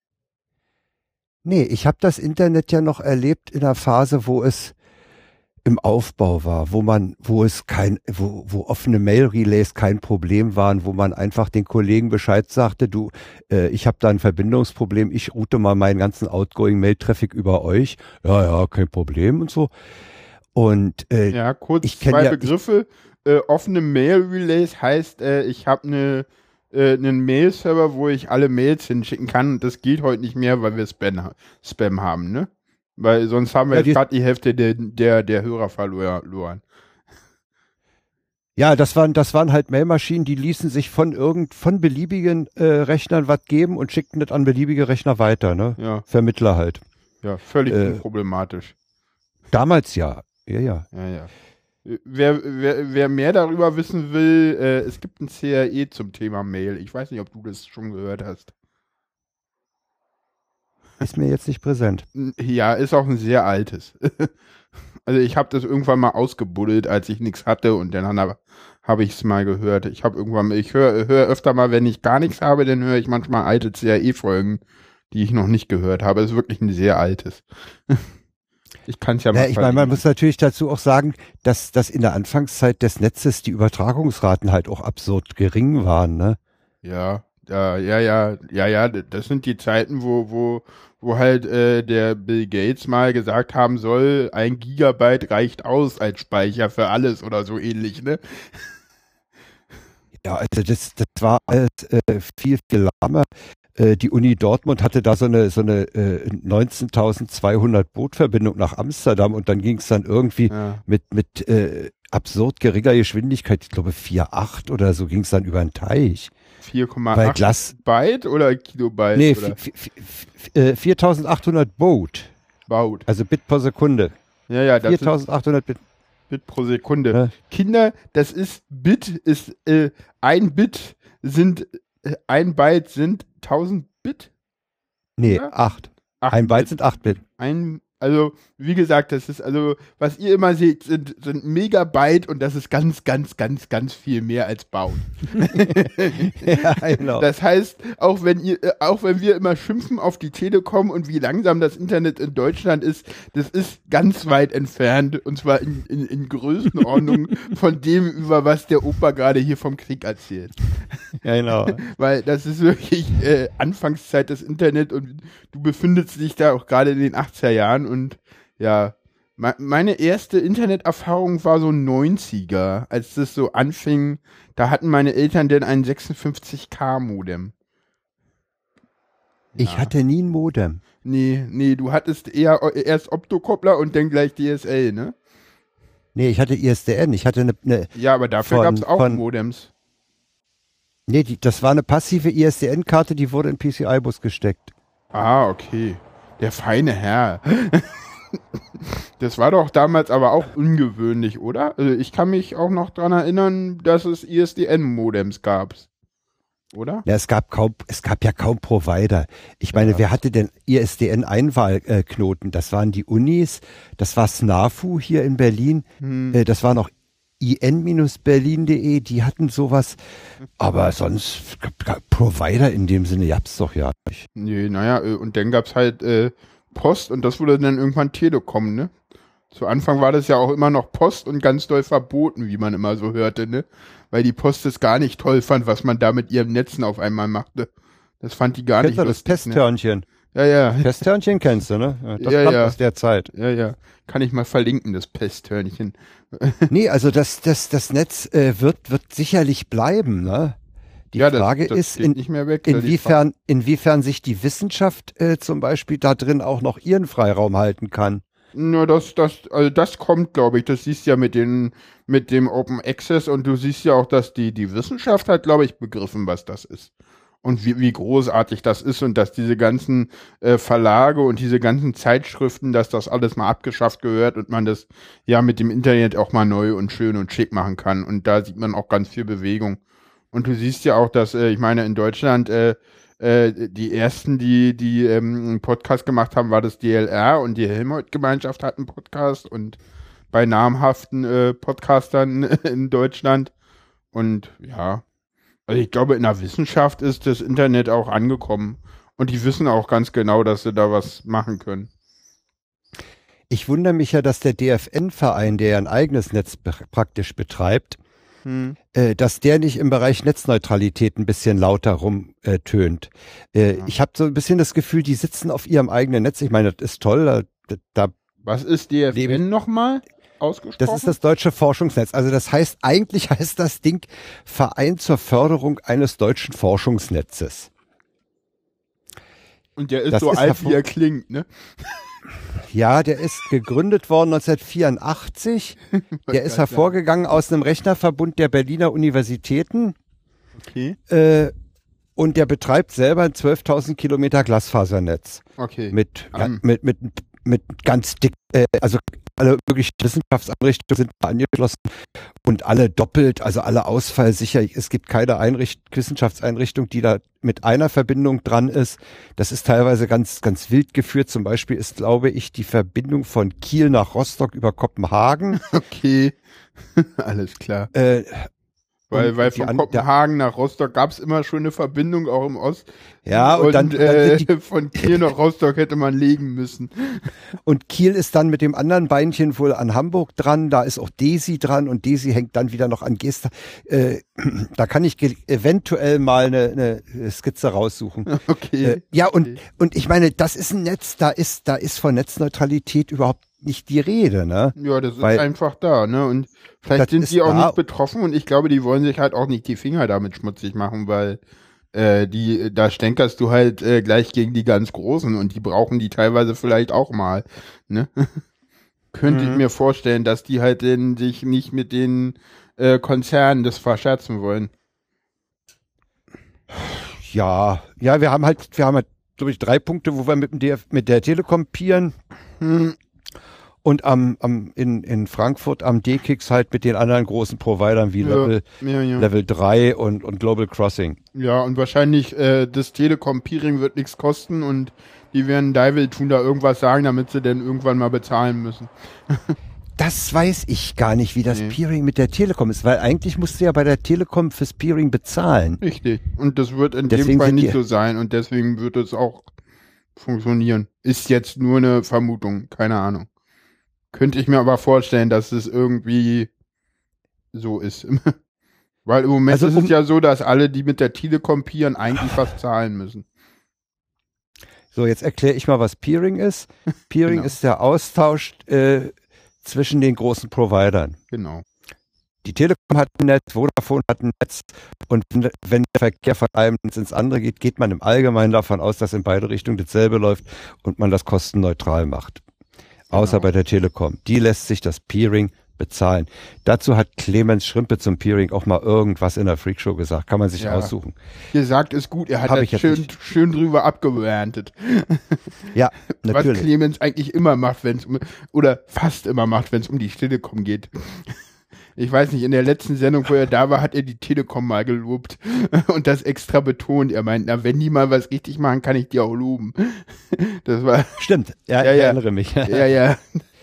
Speaker 2: Nee, ich habe das Internet ja noch erlebt in einer Phase, wo es im Aufbau war, wo man, wo es kein, wo, wo offene Mail-Relays kein Problem waren, wo man einfach den Kollegen Bescheid sagte, du, äh, ich habe da ein Verbindungsproblem, ich route mal meinen ganzen Outgoing-Mail-Traffic über euch. Ja, ja, kein Problem und so. Und äh,
Speaker 1: ja, kurz
Speaker 2: ich
Speaker 1: zwei
Speaker 2: ja,
Speaker 1: Begriffe. Ich, äh, offene Mail-Relays heißt, äh, ich habe eine äh, einen Mail-Server, wo ich alle Mails hinschicken kann. Das gilt heute nicht mehr, weil wir Spam, Spam haben, ne? Weil sonst haben wir ja, jetzt gerade die Hälfte der, der, der Hörer verloren.
Speaker 2: Ja, das waren, das waren halt Mailmaschinen, die ließen sich von irgend, von beliebigen äh, Rechnern was geben und schickten das an beliebige Rechner weiter, ne?
Speaker 1: Ja.
Speaker 2: Vermittler halt.
Speaker 1: Ja, völlig
Speaker 2: äh,
Speaker 1: unproblematisch.
Speaker 2: Damals ja. Ja, ja.
Speaker 1: Ja, ja. Wer, wer, wer mehr darüber wissen will, äh, es gibt ein C R E zum Thema Mail. Ich weiß nicht, ob du das schon gehört hast.
Speaker 2: Ist mir jetzt nicht präsent.
Speaker 1: Ja, ist auch ein sehr altes. Also ich habe das irgendwann mal ausgebuddelt, als ich nichts hatte und dann habe hab ich es mal gehört. Ich habe irgendwann, ich höre hör öfter mal, wenn ich gar nichts habe, dann höre ich manchmal alte C R E-Folgen, die ich noch nicht gehört habe. Es ist wirklich ein sehr altes. Ich kann es ja mal
Speaker 2: ja, ich meine, man muss natürlich dazu auch sagen, dass, dass in der Anfangszeit des Netzes die Übertragungsraten halt auch absurd gering waren, ne?
Speaker 1: Ja, ja, ja, ja, ja, ja, das sind die Zeiten, wo, wo, wo halt äh, der Bill Gates mal gesagt haben soll, ein Gigabyte reicht aus als Speicher für alles oder so ähnlich, ne?
Speaker 2: Ja, also das, das war alles äh, viel, viel lahmer. Äh, die Uni Dortmund hatte da so eine, so eine äh, neunzehntausendzweihundert Bootverbindung nach Amsterdam und dann ging es dann irgendwie ja. mit, mit äh, absurd geringer Geschwindigkeit, ich glaube vier Komma acht oder so ging es dann über den Teich.
Speaker 1: vier Komma acht Byte oder Kilobyte?
Speaker 2: Nee,
Speaker 1: oder?
Speaker 2: viertausendachthundert Baud.
Speaker 1: Baud.
Speaker 2: Also Bit pro Sekunde.
Speaker 1: Ja, ja, das
Speaker 2: viertausendachthundert Bit.
Speaker 1: Bit pro Sekunde.
Speaker 2: Ja.
Speaker 1: Kinder, das ist Bit, ist äh, ein Bit sind, äh, ein Byte sind tausend Bit?
Speaker 2: Nee, oder? acht. Ein Byte Bit. sind acht Bit.
Speaker 1: Ein, Also, wie gesagt, das ist also, was ihr immer seht, sind, sind Megabyte und das ist ganz, ganz, ganz, ganz viel mehr als bauen.
Speaker 2: Ja, genau.
Speaker 1: Das heißt, auch wenn ihr, äh, auch wenn wir immer schimpfen auf die Telekom und wie langsam das Internet in Deutschland ist, das ist ganz weit entfernt und zwar in, in, in Größenordnung von dem, über was der Opa gerade hier vom Krieg erzählt.
Speaker 2: Ja, genau.
Speaker 1: Weil das ist wirklich äh, Anfangszeit des Internet und du befindest dich da auch gerade in den achtziger Jahren und ja, me- meine erste Interneterfahrung war so neunziger, als das so anfing, da hatten meine Eltern denn ein sechsundfünfzig K Modem.
Speaker 2: Ich
Speaker 1: Ja.
Speaker 2: hatte nie ein Modem.
Speaker 1: Nee, nee, du hattest eher o- erst Optokoppler und dann gleich D S L, ne?
Speaker 2: Nee, ich hatte I S D N. Ich hatte eine, eine
Speaker 1: Ja, aber dafür
Speaker 2: Von-
Speaker 1: gab's auch
Speaker 2: von-
Speaker 1: Modems.
Speaker 2: nee, die, das war eine passive I S D N-Karte, die wurde in P C I-Bus gesteckt.
Speaker 1: Ah, okay. Der feine Herr. Das war doch damals aber auch ungewöhnlich, oder? Also ich kann mich auch noch dran erinnern, dass es I S D N-Modems gab. Oder?
Speaker 2: Ja, es gab kaum, es gab ja kaum Provider. Ich meine,
Speaker 1: Ja.
Speaker 2: wer hatte denn I S D N-Einwahlknoten? Das waren die Unis, das war SNAFU hier in Berlin,
Speaker 1: Hm.
Speaker 2: äh, das war noch I N Berlin punkt de, die hatten sowas. Aber sonst, gab- gab Provider in dem Sinne gab's doch ja nicht.
Speaker 1: Nee, naja, äh, und dann gab's halt äh, Post und das wurde dann irgendwann Telekom, ne? Zu Anfang war das ja auch immer noch Post und ganz doll verboten, wie man immer so hörte, ne? Weil die Post es gar nicht toll fand, was man da mit ihren Netzen auf einmal machte. Das fand die gar
Speaker 2: Kennst
Speaker 1: nicht
Speaker 2: du das
Speaker 1: lustig, ne?
Speaker 2: Pesthörnchen?
Speaker 1: Ja, ja,
Speaker 2: Pesthörnchen kennst du, ne? Ja, Das
Speaker 1: Ja,
Speaker 2: stammt
Speaker 1: ja.
Speaker 2: aus der Zeit.
Speaker 1: ja, ja. Kann ich mal verlinken, das Pesthörnchen.
Speaker 2: Nee, also das, das, das Netz äh, wird, wird sicherlich bleiben, ne? Die
Speaker 1: ja, das,
Speaker 2: Frage
Speaker 1: das
Speaker 2: ist,
Speaker 1: geht
Speaker 2: in,
Speaker 1: nicht mehr weg. da die
Speaker 2: inwiefern, inwiefern sich die Wissenschaft äh, zum Beispiel da drin auch noch ihren Freiraum halten kann.
Speaker 1: Na, das, das, also das kommt, glaube ich. Das siehst du ja mit den, mit dem Open Access und du siehst ja auch, dass die, die Wissenschaft hat, glaube ich, begriffen, was das ist. Und wie, wie großartig das ist und dass diese ganzen äh, Verlage und diese ganzen Zeitschriften, dass das alles mal abgeschafft gehört und man das ja mit dem Internet auch mal neu und schön und schick machen kann. Und da sieht man auch ganz viel Bewegung. Und du siehst ja auch, dass, äh, ich meine, in Deutschland, äh, äh, die ersten, die, die ähm, einen Podcast gemacht haben, war das D L R und die Helmholtz-Gemeinschaft hat einen Podcast und bei namhaften äh, Podcastern in Deutschland. Und ja, also ich glaube, in der Wissenschaft ist das Internet auch angekommen. Und die wissen auch ganz genau, dass sie da was machen können.
Speaker 2: Ich wundere mich ja, dass der D F N-Verein, der ja ein eigenes Netz be praktisch betreibt,
Speaker 1: Hm.
Speaker 2: äh, dass der nicht im Bereich Netzneutralität ein bisschen lauter rumtönt. Äh,
Speaker 1: Ja.
Speaker 2: Ich habe so ein bisschen das Gefühl, die sitzen auf ihrem eigenen Netz. Ich meine, das ist toll. Da, da,
Speaker 1: Was ist D F N
Speaker 2: Leben-
Speaker 1: nochmal ausgesprochen?
Speaker 2: das ist das deutsche Forschungsnetz. Also das heißt, eigentlich heißt das Ding Verein zur Förderung eines deutschen Forschungsnetzes.
Speaker 1: Und der ist
Speaker 2: das
Speaker 1: so
Speaker 2: ist
Speaker 1: alt,
Speaker 2: hervor-
Speaker 1: wie er klingt, ne?
Speaker 2: Ja, der ist gegründet worden neunzehnhundertvierundachtzig. Der ist hervorgegangen aus einem Rechnerverbund der Berliner Universitäten.
Speaker 1: Okay.
Speaker 2: Äh, und der betreibt selber ein zwölftausend Kilometer Glasfasernetz.
Speaker 1: Okay.
Speaker 2: Mit,
Speaker 1: Ähm.
Speaker 2: mit, mit, mit ganz dick, äh, also alle möglichen Wissenschaftseinrichtungen sind da angeschlossen und alle doppelt, also alle ausfallsicher. Es gibt keine Einricht Wissenschaftseinrichtung, die da mit einer Verbindung dran ist. Das ist teilweise ganz, ganz wild geführt. Zum Beispiel ist, glaube ich, die Verbindung von Kiel nach Rostock über Kopenhagen.
Speaker 1: Okay. Alles klar.
Speaker 2: Äh,
Speaker 1: Weil,
Speaker 2: Und
Speaker 1: weil
Speaker 2: die
Speaker 1: von
Speaker 2: an-
Speaker 1: Kopenhagen nach Rostock gab es immer schon eine Verbindung, auch im Ost.
Speaker 2: Ja, und dann- dann
Speaker 1: äh,
Speaker 2: sind die-
Speaker 1: von Kiel nach Rostock hätte man legen müssen.
Speaker 2: Und Kiel ist dann mit dem anderen Beinchen wohl an Hamburg dran, da ist auch Desi dran und Desi hängt dann wieder noch an Gesta. Äh, da kann ich ge- eventuell mal eine, eine Skizze raussuchen.
Speaker 1: Okay.
Speaker 2: Äh, ja, und,
Speaker 1: okay.
Speaker 2: und ich meine, das ist ein Netz, da ist, da ist von Netzneutralität überhaupt nicht die Rede, ne?
Speaker 1: Ja, das ist
Speaker 2: weil-
Speaker 1: einfach da, ne? Und vielleicht
Speaker 2: Das
Speaker 1: sind
Speaker 2: ist
Speaker 1: die auch
Speaker 2: da-
Speaker 1: nicht betroffen und ich glaube, die wollen sich halt auch nicht die Finger damit schmutzig machen, weil äh, die, da stänkerst du halt äh, gleich gegen die ganz Großen und die brauchen die teilweise vielleicht auch mal, ne? Könnte
Speaker 2: Mhm.
Speaker 1: ich mir vorstellen, dass die halt denn sich nicht mit den äh, Konzernen das verscherzen wollen.
Speaker 2: Ja, ja, wir haben halt, wir haben halt, glaube ich, drei Punkte, wo wir mit dem D F, mit der Telekom peeren.
Speaker 1: Hm.
Speaker 2: Und am, am in, in Frankfurt am D-Kicks halt mit den anderen großen Providern wie
Speaker 1: Ja,
Speaker 2: Level,
Speaker 1: ja, ja.
Speaker 2: Level drei und, und Global Crossing.
Speaker 1: Ja, und wahrscheinlich äh, das Telekom-Peering wird nichts kosten und die werden Deivel tun, da irgendwas sagen, damit sie denn irgendwann mal bezahlen müssen.
Speaker 2: Das weiß ich gar nicht, wie das
Speaker 1: Nee.
Speaker 2: Peering mit der Telekom ist, weil eigentlich musst du ja bei der Telekom fürs Peering bezahlen.
Speaker 1: Richtig. Und das wird in
Speaker 2: Deswegen
Speaker 1: dem Fall
Speaker 2: sind
Speaker 1: nicht
Speaker 2: die-
Speaker 1: so sein und deswegen wird es auch funktionieren. Ist jetzt nur eine Vermutung, keine Ahnung. Könnte ich mir aber vorstellen, dass es irgendwie so ist. Weil im Moment
Speaker 2: Also
Speaker 1: ist
Speaker 2: um-
Speaker 1: es ja so, dass alle, die mit der Telekom peeren, eigentlich was zahlen müssen.
Speaker 2: So, jetzt erkläre ich mal, was Peering ist. Peering
Speaker 1: Genau.
Speaker 2: ist der Austausch äh, zwischen den großen Providern.
Speaker 1: Genau.
Speaker 2: Die Telekom hat ein Netz, Vodafone hat ein Netz und wenn, wenn der Verkehr von einem Netz ins andere geht, geht man im Allgemeinen davon aus, dass in beide Richtungen dasselbe läuft und man das kostenneutral macht. Außer
Speaker 1: Genau.
Speaker 2: bei der Telekom. Die lässt sich das Peering bezahlen. Dazu hat Clemens Schrimpe zum Peering auch mal irgendwas in der Freakshow gesagt. Kann man sich
Speaker 1: Ja.
Speaker 2: aussuchen.
Speaker 1: Gesagt ist gut, er hat
Speaker 2: Hab
Speaker 1: das
Speaker 2: ich jetzt
Speaker 1: schön,
Speaker 2: nicht.
Speaker 1: schön drüber abgerantet.
Speaker 2: Ja,
Speaker 1: Was
Speaker 2: natürlich.
Speaker 1: Clemens eigentlich immer macht, wenn es um, oder fast immer macht, wenn es um die Telekom geht. Ich weiß nicht, in der letzten Sendung, wo er da war, hat er die Telekom mal gelobt und das extra betont. Er meint, na, wenn die mal was richtig machen, kann ich die auch loben. Das war,
Speaker 2: Stimmt. Ja,
Speaker 1: Ja,
Speaker 2: ich
Speaker 1: ja.
Speaker 2: erinnere mich.
Speaker 1: ja, ja.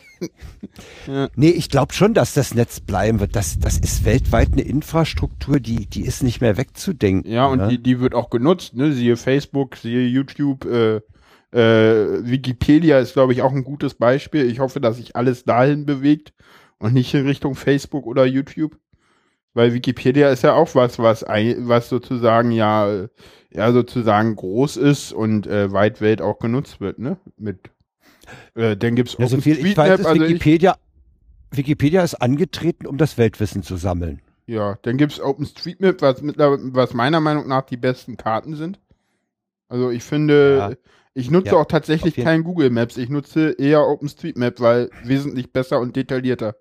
Speaker 2: Nee, ich glaube schon, dass das Netz bleiben wird. Das, das ist weltweit eine Infrastruktur, die, die ist nicht mehr wegzudenken.
Speaker 1: Ja, und
Speaker 2: ne?
Speaker 1: die, die wird auch genutzt, ne? Siehe Facebook, siehe YouTube, äh, äh, Wikipedia ist, glaube ich, auch ein gutes Beispiel. Ich hoffe, dass sich alles dahin bewegt und nicht in Richtung Facebook oder YouTube. Weil Wikipedia ist ja auch was, was, ein, was sozusagen ja, äh, ja sozusagen groß ist und äh, weit Welt auch genutzt wird, ne? Mit äh, dann gibt's
Speaker 2: Ja, so viel ich weiß, ist
Speaker 1: also ich,
Speaker 2: Wikipedia, Wikipedia ist angetreten, um das Weltwissen zu sammeln.
Speaker 1: ja, dann gibt's OpenStreetMap, was mittler- was meiner Meinung nach die besten Karten sind. Also ich finde,
Speaker 2: Ja.
Speaker 1: ich nutze
Speaker 2: Ja,
Speaker 1: auch tatsächlich
Speaker 2: auf jeden-
Speaker 1: kein Google Maps, ich nutze eher OpenStreetMap, weil wesentlich besser und detaillierter.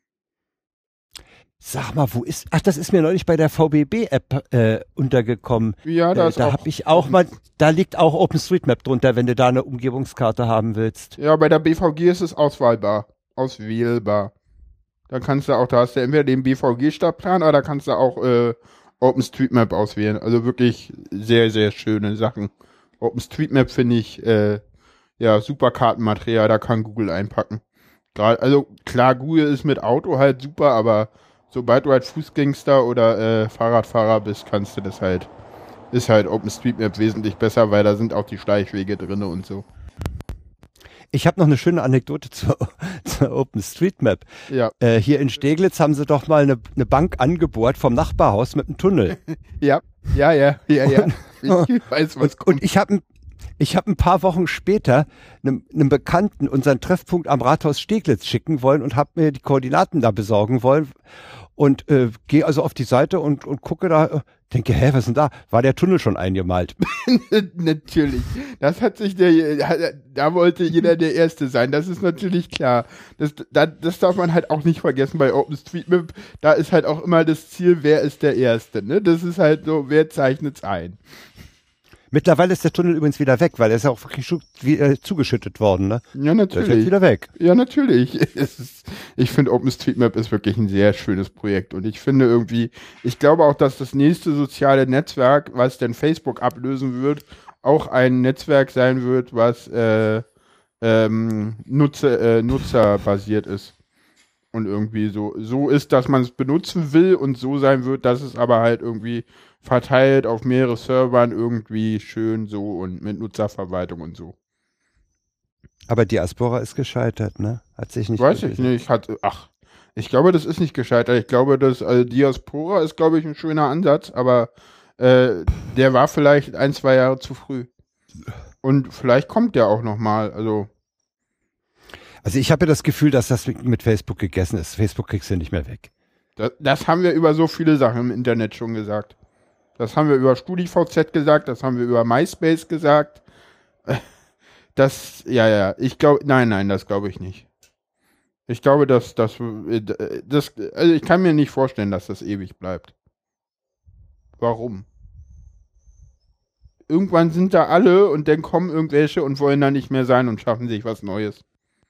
Speaker 2: Sag mal, wo ist, ach, das ist mir neulich bei der V B B-App äh, untergekommen.
Speaker 1: Ja, da
Speaker 2: äh,
Speaker 1: ist
Speaker 2: da
Speaker 1: auch,
Speaker 2: habe ich auch mal, da liegt auch OpenStreetMap drunter, wenn du da eine Umgebungskarte haben willst.
Speaker 1: ja, bei der B V G ist es auswahlbar, auswählbar. Da kannst du auch, da hast du entweder den B V G-Stadtplan oder da kannst du auch äh, OpenStreetMap auswählen. Also wirklich sehr, sehr schöne Sachen. OpenStreetMap finde ich, äh, ja, super Kartenmaterial, da kann Google einpacken. Gerade, also klar, Google ist mit Auto halt super, aber sobald du halt Fußgänger oder äh, Fahrradfahrer bist, kannst du das halt, ist halt OpenStreetMap wesentlich besser, weil da sind auch die Schleichwege drin und so.
Speaker 2: Ich habe noch eine schöne Anekdote zur, zur OpenStreetMap.
Speaker 1: Ja,
Speaker 2: Äh, hier in Steglitz haben sie doch mal eine, eine Bank angebohrt vom Nachbarhaus mit einem Tunnel.
Speaker 1: ja, ja, ja, ja, ja. Ich weiß, was
Speaker 2: Und,
Speaker 1: kommt.
Speaker 2: und ich habe ich hab ein paar Wochen später einem, einem Bekannten unseren Treffpunkt am Rathaus Steglitz schicken wollen und habe mir die Koordinaten da besorgen wollen. Und äh, gehe also auf die Seite und, und gucke da, äh, denke, hä, was ist denn da? War der Tunnel schon eingemalt?
Speaker 1: Natürlich. Das hat sich der, da wollte jeder der Erste sein. Das ist natürlich klar. Das, da, das darf man halt auch nicht vergessen bei OpenStreetMap. Da ist halt auch immer das Ziel, wer ist der Erste, ne? Das ist halt so, wer zeichnet es ein?
Speaker 2: Mittlerweile ist der Tunnel übrigens wieder weg, weil er ist ja auch wirklich schu- wie, äh, zugeschüttet worden. Ne?
Speaker 1: Ja,
Speaker 2: Der ist jetzt
Speaker 1: natürlich.
Speaker 2: wieder weg.
Speaker 1: Ja, natürlich. Es ist, ich finde, OpenStreetMap ist wirklich ein sehr schönes Projekt. Und ich finde irgendwie, ich glaube auch, dass das nächste soziale Netzwerk, was denn Facebook ablösen wird, auch ein Netzwerk sein wird, was äh, ähm, Nutzer, äh, nutzerbasiert ist. Und irgendwie so, so ist, dass man es benutzen will und so sein wird, dass es aber halt irgendwie verteilt auf mehrere Servern irgendwie schön so und mit Nutzerverwaltung und so.
Speaker 2: Aber Diaspora ist gescheitert, ne? Hat sich nicht
Speaker 1: Weiß ich
Speaker 2: bewiesen.
Speaker 1: nicht. Hat, ach, ich glaube, das ist nicht gescheitert. Ich glaube, dass also Diaspora ist, glaube ich, ein schöner Ansatz, aber äh, der war vielleicht ein, zwei Jahre zu früh. Und vielleicht kommt der auch nochmal. Also,
Speaker 2: Also ich habe ja das Gefühl, dass das mit mit Facebook gegessen ist. Facebook kriegst du nicht mehr weg.
Speaker 1: das, das haben wir über so viele Sachen im Internet schon gesagt. Das haben wir über StudiVZ gesagt, das haben wir über MySpace gesagt. Das, ja, ja, ich glaube, nein, nein, das glaube ich nicht. Ich glaube, dass das, das, also ich kann mir nicht vorstellen, dass das ewig bleibt. Warum? Irgendwann sind da alle und dann kommen irgendwelche und wollen da nicht mehr sein und schaffen sich was Neues.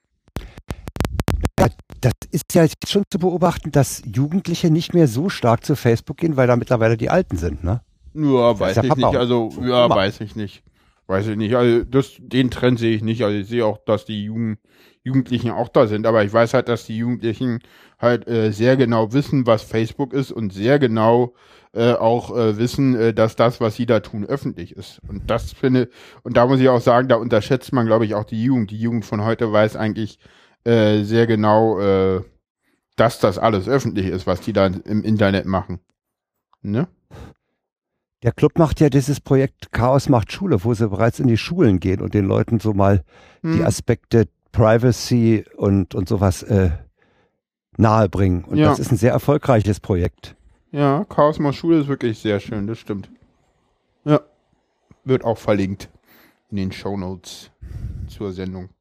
Speaker 2: Das ist ja jetzt schon zu beobachten, dass Jugendliche nicht mehr so stark zu Facebook gehen, weil da mittlerweile die Alten sind, ne?
Speaker 1: Ja,
Speaker 2: Das
Speaker 1: weiß
Speaker 2: ist ja
Speaker 1: ich
Speaker 2: Papa
Speaker 1: nicht. Also,
Speaker 2: und
Speaker 1: ja,
Speaker 2: Oma.
Speaker 1: weiß ich nicht. weiß ich nicht. Also das, den Trend sehe ich nicht. Also ich sehe auch, dass die Jugend, Jugendlichen auch da sind. Aber ich weiß halt, dass die Jugendlichen halt äh, sehr genau wissen, was Facebook ist und sehr genau äh, auch äh, wissen, äh, dass das, was sie da tun, öffentlich ist. Und das finde, und da muss ich auch sagen, da unterschätzt man, glaube ich, auch die Jugend. Die Jugend von heute weiß eigentlich äh, sehr genau, äh, dass das alles öffentlich ist, was die da im Internet machen. Ne?
Speaker 2: Der Club macht ja dieses Projekt Chaos macht Schule, wo sie bereits in die Schulen gehen und den Leuten so mal hm. die Aspekte Privacy und, und sowas äh, nahebringen. Und ja. das ist ein sehr erfolgreiches Projekt.
Speaker 1: Ja, Chaos macht Schule ist wirklich sehr schön, das stimmt. Ja, wird auch verlinkt in den Shownotes zur Sendung.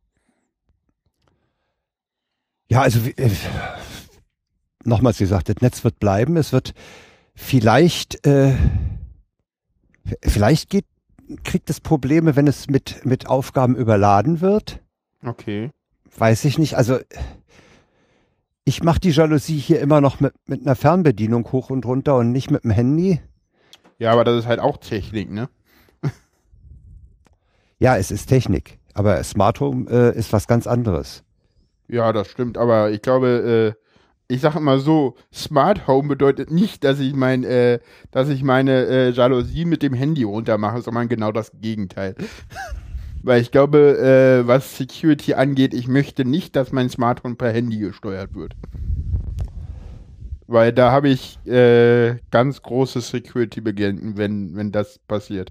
Speaker 2: Ja, also äh, nochmals gesagt, das Netz wird bleiben. Es wird vielleicht, äh, vielleicht geht, kriegt es Probleme, wenn es mit, mit Aufgaben überladen wird.
Speaker 1: Okay.
Speaker 2: Weiß ich nicht. Also ich mache die Jalousie hier immer noch mit, mit einer Fernbedienung hoch und runter und nicht mit dem Handy.
Speaker 1: Ja, aber das ist halt auch Technik, ne?
Speaker 2: Ja, es ist Technik. Aber Smart Home äh, ist was ganz anderes.
Speaker 1: Ja, das stimmt. Aber ich glaube, äh, ich sage immer so, Smart Home bedeutet nicht, dass ich mein, äh, dass ich meine äh, Jalousie mit dem Handy runtermache, sondern genau das Gegenteil. Weil ich glaube, äh, was Security angeht, ich möchte nicht, dass mein Smartphone per Handy gesteuert wird. Weil da habe ich äh, ganz große Security-Bedenken, wenn, wenn das passiert.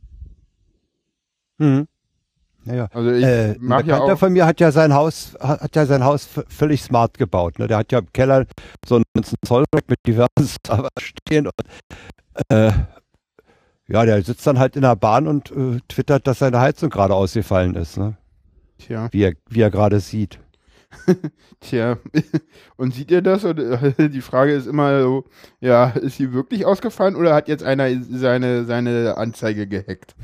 Speaker 2: Mhm. Naja.
Speaker 1: Also ich
Speaker 2: äh, ein
Speaker 1: mach
Speaker 2: Bekannter
Speaker 1: ja auch
Speaker 2: von mir hat ja sein Haus, hat, hat ja sein Haus völlig smart gebaut. Ne? Der hat ja im Keller so einen Zollrack mit diversen Server stehen und äh, ja, der sitzt dann halt in der Bahn und äh, twittert, dass seine Heizung gerade ausgefallen ist. Ne?
Speaker 1: Tja.
Speaker 2: Wie er, wie er gerade sieht.
Speaker 1: Tja, und sieht ihr das? Und die Frage ist immer so, ja, ist sie wirklich ausgefallen oder hat jetzt einer seine, seine Anzeige gehackt?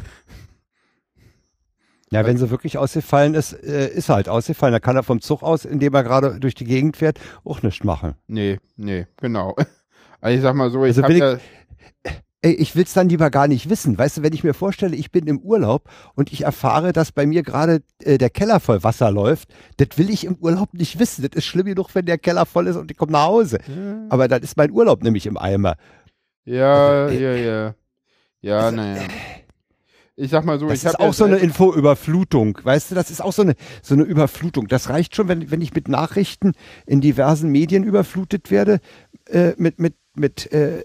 Speaker 2: Ja, wenn sie wirklich ausgefallen ist, äh, ist er halt ausgefallen. Da kann er vom Zug aus, indem er gerade durch die Gegend fährt, auch nichts machen.
Speaker 1: Nee, nee, genau. Also ich sag mal so, ich
Speaker 2: also
Speaker 1: hab ja...
Speaker 2: Ey, ich will's dann lieber gar nicht wissen. Weißt du, wenn ich mir vorstelle, ich bin im Urlaub und ich erfahre, dass bei mir gerade äh, der Keller voll Wasser läuft, das will ich im Urlaub nicht wissen. Das ist schlimm genug, wenn der Keller voll ist und ich komme nach Hause. Ja. Aber dann ist mein Urlaub nämlich im Eimer.
Speaker 1: Ja, also, ja, ja. Ja, also, naja. Ich sag mal so,
Speaker 2: das
Speaker 1: ich habe
Speaker 2: ist auch so eine Infoüberflutung, weißt du, das ist auch so eine so eine Überflutung. Das reicht schon, wenn wenn ich mit Nachrichten in diversen Medien überflutet werde, äh, mit mit mit äh,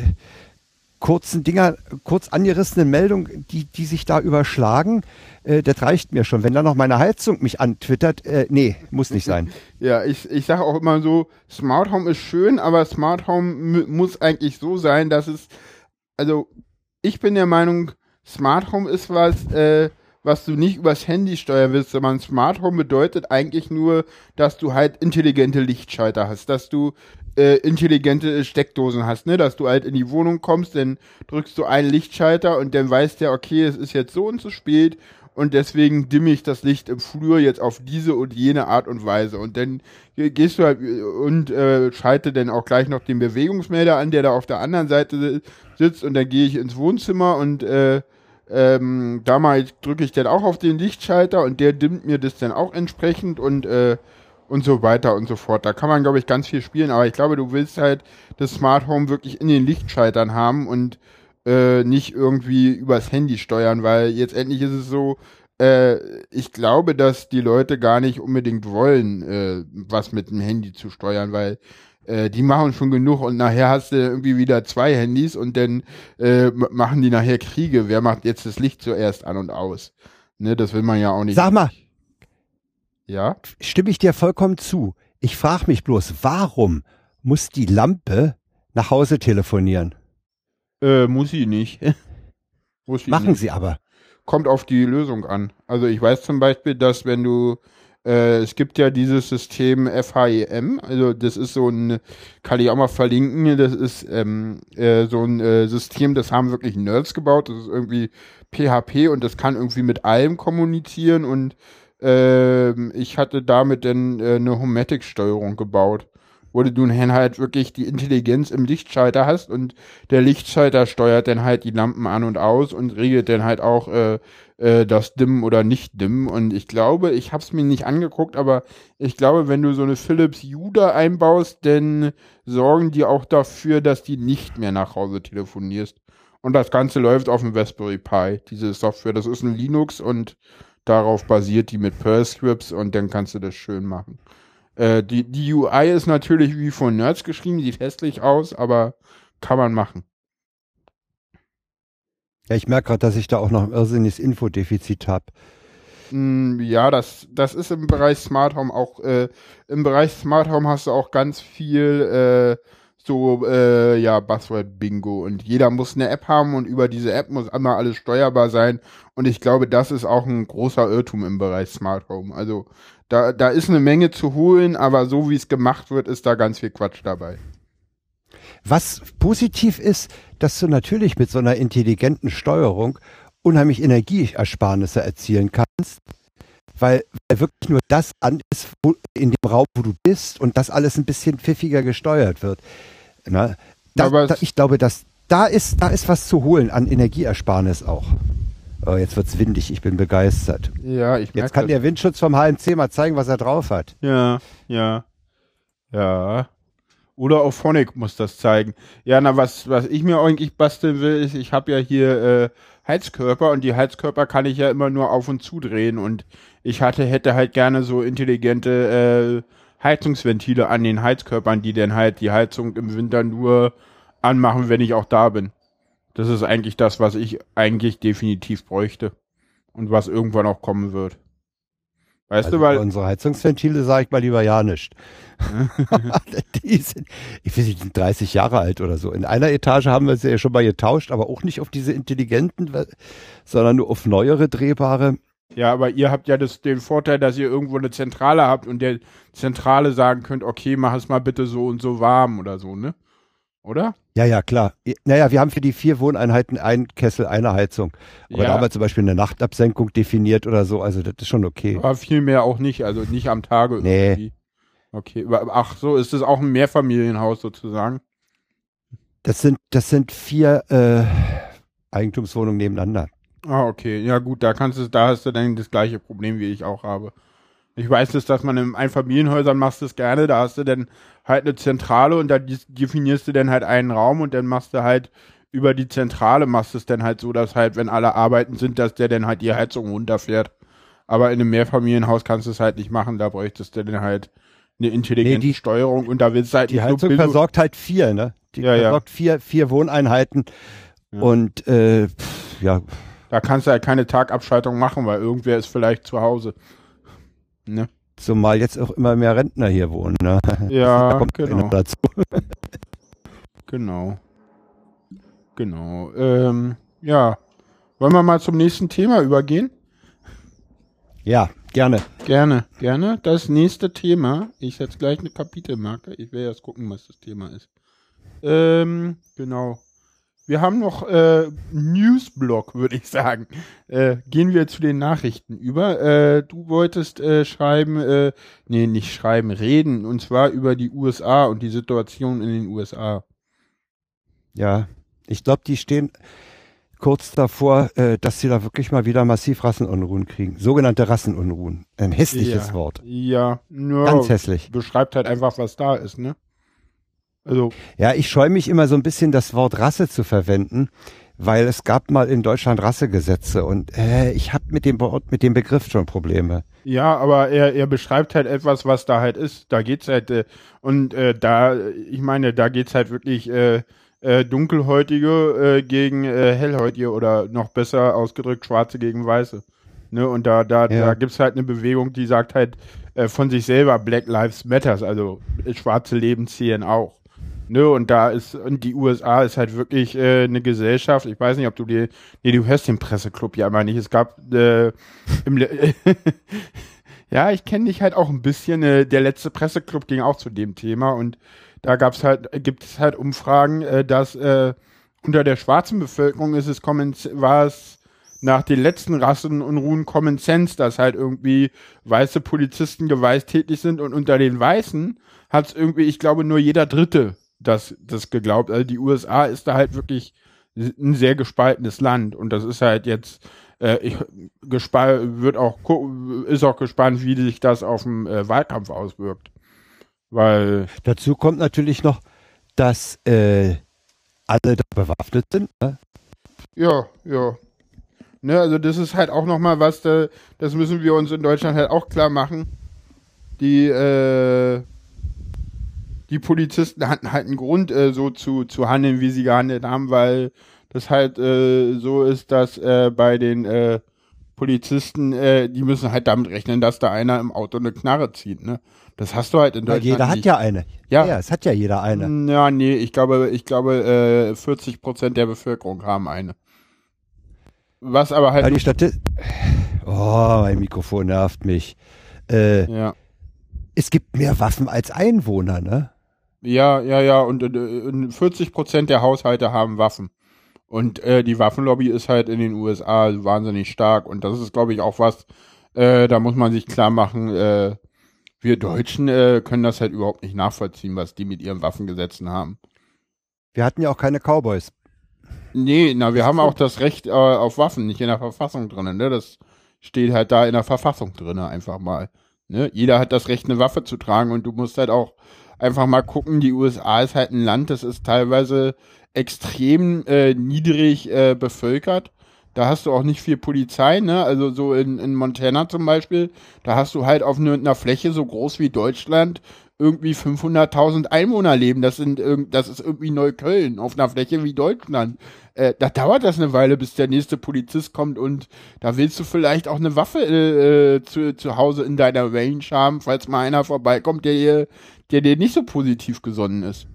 Speaker 2: kurzen Dinger, kurz angerissenen Meldungen, die die sich da überschlagen, äh, das reicht mir schon. Wenn dann noch meine Heizung mich antwittert, äh, nee, muss nicht sein.
Speaker 1: Ja, ich ich sage auch immer so, Smart Home ist schön, aber Smart Home muss eigentlich so sein, dass es, also ich bin der Meinung, Smart Home ist was, äh, was du nicht übers Handy steuern willst, sondern Smart Home bedeutet eigentlich nur, dass du halt intelligente Lichtschalter hast, dass du äh, intelligente Steckdosen hast, ne, dass du halt in die Wohnung kommst, dann drückst du einen Lichtschalter und dann weiß der, okay, es ist jetzt so und so spät und deswegen dimme ich das Licht im Flur jetzt auf diese und jene Art und Weise und dann gehst du halt und äh, schalte dann auch gleich noch den Bewegungsmelder an, der da auf der anderen Seite sitzt und dann gehe ich ins Wohnzimmer und äh, Ähm, damals drücke ich dann auch auf den Lichtschalter und der dimmt mir das dann auch entsprechend und äh, und so weiter und so fort. Da kann man, glaube ich, ganz viel spielen, aber ich glaube, du willst halt das Smart Home wirklich in den Lichtschaltern haben und äh, nicht irgendwie übers Handy steuern, weil jetzt endlich ist es so, äh, ich glaube, dass die Leute gar nicht unbedingt wollen, äh, was mit dem Handy zu steuern, weil die machen schon genug und nachher hast du irgendwie wieder zwei Handys und dann äh, machen die nachher Kriege. Wer macht jetzt das Licht zuerst an und aus? Ne, das will man ja auch nicht.
Speaker 2: Sag mal.
Speaker 1: Ja?
Speaker 2: Stimme ich dir vollkommen zu. Ich frage mich bloß, warum muss die Lampe nach Hause telefonieren?
Speaker 1: Äh, muss sie nicht.
Speaker 2: muss sie Machen nicht. sie aber.
Speaker 1: Kommt auf die Lösung an. Also ich weiß zum Beispiel, dass wenn du Äh, es gibt ja dieses System F H E M, also das ist so ein, kann ich auch mal verlinken, das ist ähm, äh, so ein äh, System, das haben wirklich Nerds gebaut, das ist irgendwie P H P und das kann irgendwie mit allem kommunizieren und äh, ich hatte damit dann äh, eine Homematic-Steuerung gebaut. wo du dann halt wirklich die Intelligenz im Lichtschalter hast und der Lichtschalter steuert dann halt die Lampen an und aus und regelt dann halt auch äh, äh, das Dimmen oder nicht Dimmen. Und ich glaube, ich habe es mir nicht angeguckt, aber ich glaube, wenn du so eine Philips Hue da einbaust, dann sorgen die auch dafür, dass die nicht mehr nach Hause telefonierst. Und das Ganze läuft auf dem Raspberry Pi, diese Software. Das ist ein Linux und darauf basiert die mit Perl Scripts und dann kannst du das schön machen. Äh, die, die U I ist natürlich wie von Nerds geschrieben, sieht hässlich aus, aber kann man machen.
Speaker 2: Ja, ich merke gerade, dass ich da auch noch ein irrsinniges Infodefizit habe.
Speaker 1: Mm, ja, das, das ist im Bereich Smart Home auch, äh, im Bereich Smart Home hast du auch ganz viel äh, so, äh, ja, Buzzword-Bingo und jeder muss eine App haben und über diese App muss einmal alles steuerbar sein und ich glaube, das ist auch ein großer Irrtum im Bereich Smart Home. Also da, da ist eine Menge zu holen, aber so wie es gemacht wird, ist da ganz viel Quatsch dabei.
Speaker 2: Was positiv ist, dass du natürlich mit so einer intelligenten Steuerung unheimlich Energieersparnisse erzielen kannst, weil, weil wirklich nur das an ist, wo, in dem Raum, wo du bist und das alles ein bisschen pfiffiger gesteuert wird. Na, da, da, ich glaube, dass da ist, da ist was zu holen an Energieersparnis auch. Oh, jetzt wird's windig, ich bin begeistert.
Speaker 1: Ja, ich merke
Speaker 2: Jetzt kann
Speaker 1: das.
Speaker 2: der Windschutz vom H M C mal zeigen, was er drauf hat.
Speaker 1: Ja, ja, ja. Oder auf Phonic muss das zeigen. Ja, na, was, was ich mir eigentlich basteln will, ist, ich habe ja hier äh, Heizkörper und die Heizkörper kann ich ja immer nur auf und zu drehen und ich hatte, hätte halt gerne so intelligente äh, Heizungsventile an den Heizkörpern, die dann halt die Heizung im Winter nur anmachen, wenn ich auch da bin. Das ist eigentlich das, was ich eigentlich definitiv bräuchte und was irgendwann auch kommen wird. Weißt
Speaker 2: also
Speaker 1: du, weil
Speaker 2: unsere Heizungsventile sage ich mal lieber ja nicht. Die sind, ich weiß nicht, die sind dreißig Jahre alt oder so. In einer Etage haben wir sie ja schon mal getauscht, aber auch nicht auf diese intelligenten, sondern nur auf neuere drehbare.
Speaker 1: Ja, aber ihr habt ja das, den Vorteil, dass ihr irgendwo eine Zentrale habt und der Zentrale sagen könnt, okay, mach es mal bitte so und so warm oder so, ne? Oder?
Speaker 2: Ja, ja, klar. Naja, wir haben für die vier Wohneinheiten einen Kessel, eine Heizung. Aber
Speaker 1: Ja.
Speaker 2: da haben wir zum Beispiel eine Nachtabsenkung definiert oder so, also das ist schon okay.
Speaker 1: Aber viel mehr auch nicht, also nicht am Tage
Speaker 2: Nee.
Speaker 1: irgendwie. Okay, ach so, ist das auch ein Mehrfamilienhaus sozusagen?
Speaker 2: Das sind, das sind vier äh, Eigentumswohnungen nebeneinander.
Speaker 1: Ah, okay, ja gut, da kannst du, da hast du dann das gleiche Problem, wie ich auch habe. Ich weiß es, dass man in Einfamilienhäusern machst es gerne, da hast du dann halt eine Zentrale und da definierst du dann halt einen Raum und dann machst du halt über die Zentrale machst du es dann halt so, dass halt, wenn alle arbeiten sind, dass der dann halt die Heizung runterfährt. Aber in einem Mehrfamilienhaus kannst du es halt nicht machen, da bräuchtest du dann halt eine intelligente
Speaker 2: Nee, die-
Speaker 1: Steuerung und da willst du halt
Speaker 2: Die
Speaker 1: nicht
Speaker 2: Heizung
Speaker 1: so Billo-
Speaker 2: versorgt halt vier, ne? Die
Speaker 1: Ja, ja.
Speaker 2: versorgt vier, vier Wohneinheiten
Speaker 1: Ja.
Speaker 2: und äh, pff, ja,
Speaker 1: Da kannst du halt keine Tagabschaltung machen, weil irgendwer ist vielleicht zu Hause. Ne?
Speaker 2: zumal jetzt auch immer mehr Rentner hier wohnen, ne? Da
Speaker 1: Ja,
Speaker 2: kommt
Speaker 1: genau.
Speaker 2: einer dazu.
Speaker 1: Genau. Genau. Ähm, ja. Wollen wir mal zum nächsten Thema übergehen?
Speaker 2: Ja, gerne.
Speaker 1: Gerne, gerne. Das nächste Thema, ich setze gleich eine Kapitelmarke. Ich will erst gucken, was das Thema ist. Ähm, genau. Wir haben noch äh, Newsblock, würde ich sagen. Äh, gehen wir zu den Nachrichten über. Äh, du wolltest äh, schreiben, äh, nee, nicht schreiben, reden, und zwar über die U S A und die Situation in den U S A.
Speaker 2: Ja, ich glaube, die stehen kurz davor, äh, dass sie da wirklich mal wieder massiv Rassenunruhen kriegen. Sogenannte Rassenunruhen. Ein hässliches
Speaker 1: ja.
Speaker 2: Wort.
Speaker 1: Ja, no,
Speaker 2: Ganz hässlich.
Speaker 1: beschreibt halt einfach, was da ist, ne? Also,
Speaker 2: Ja, ich scheue mich immer so ein bisschen, das Wort Rasse zu verwenden, weil es gab mal in Deutschland Rassegesetze und äh, ich habe mit dem Wort, mit dem Begriff schon Probleme.
Speaker 1: ja, aber er, er beschreibt halt etwas, was da halt ist. Da geht's halt, äh, und äh, da, ich meine, da geht's halt wirklich äh, äh, Dunkelhäutige äh, gegen äh, Hellhäutige oder noch besser ausgedrückt Schwarze gegen Weiße. Ne? Und da, da,
Speaker 2: Ja.
Speaker 1: da gibt's halt eine Bewegung, die sagt halt äh, von sich selber Black Lives Matters, also äh, schwarze Leben zählen auch. Ne, und da ist, und die U S A ist halt wirklich äh, eine Gesellschaft, ich weiß nicht, ob du die, nee, du hörst den Presseclub ja immer nicht, es gab äh, im Le ja, ich kenne dich halt auch ein bisschen, äh, der letzte Presseclub ging auch zu dem Thema und da gab's halt, gibt es halt Umfragen, äh, dass äh, unter der schwarzen Bevölkerung ist es kommen, war es nach den letzten Rassenunruhen Common Sense, dass halt irgendwie weiße Polizisten gewalttätig sind und unter den Weißen hat es irgendwie, ich glaube, nur jeder Dritte das, das geglaubt. Also die U S A ist da halt wirklich ein sehr gespaltenes Land und das ist halt jetzt äh, ich, gespa- wird auch ist auch gespannt, wie sich das auf den äh, Wahlkampf auswirkt. Weil
Speaker 2: dazu kommt natürlich noch, dass äh, alle da bewaffnet sind. Ne?
Speaker 1: Ja, ja. Ne, also das ist halt auch nochmal was, da, das müssen wir uns in Deutschland halt auch klar machen. Die, äh, die Polizisten hatten halt einen Grund, äh, so zu, zu handeln, wie sie gehandelt haben, weil das halt äh, so ist, dass äh, bei den äh, Polizisten, äh, die müssen halt damit rechnen, dass da einer im Auto eine Knarre zieht, ne? Das hast du halt in Deutschland
Speaker 2: ja, jeder
Speaker 1: nicht.
Speaker 2: hat ja eine.
Speaker 1: Ja.
Speaker 2: ja, es hat ja jeder eine.
Speaker 1: Ja, nee, ich glaube, ich glaube, äh, vierzig Prozent der Bevölkerung haben eine. Was aber halt.
Speaker 2: Ja, die Statistik. Oh, mein Mikrofon nervt mich. Äh,
Speaker 1: ja.
Speaker 2: Es gibt mehr Waffen als Einwohner, ne?
Speaker 1: Ja, ja, ja. Und äh, vierzig Prozent der Haushalte haben Waffen. Und äh, die Waffenlobby ist halt in den U S A wahnsinnig stark. Und das ist, glaube ich, auch was, äh, da muss man sich klar machen, äh, wir Deutschen äh, können das halt überhaupt nicht nachvollziehen, was die mit ihren Waffengesetzen haben.
Speaker 2: Wir hatten ja auch keine Cowboys.
Speaker 1: Nee, na, wir haben auch das Recht äh, auf Waffen, nicht in der Verfassung drin, ne? Das steht halt da in der Verfassung drin, einfach mal. Ne? Jeder hat das Recht, eine Waffe zu tragen und du musst halt auch einfach mal gucken, die U S A ist halt ein Land, das ist teilweise extrem äh, niedrig äh, bevölkert. Da hast du auch nicht viel Polizei, ne? Also so in, in Montana zum Beispiel, da hast du halt auf einer Fläche so groß wie Deutschland irgendwie fünfhunderttausend Einwohner leben. Das sind das ist irgendwie Neukölln auf einer Fläche wie Deutschland. Äh, da dauert das eine Weile, bis der nächste Polizist kommt und da willst du vielleicht auch eine Waffe äh, zu, zu Hause in deiner Range haben, falls mal einer vorbeikommt, der dir, der dir nicht so positiv gesonnen ist.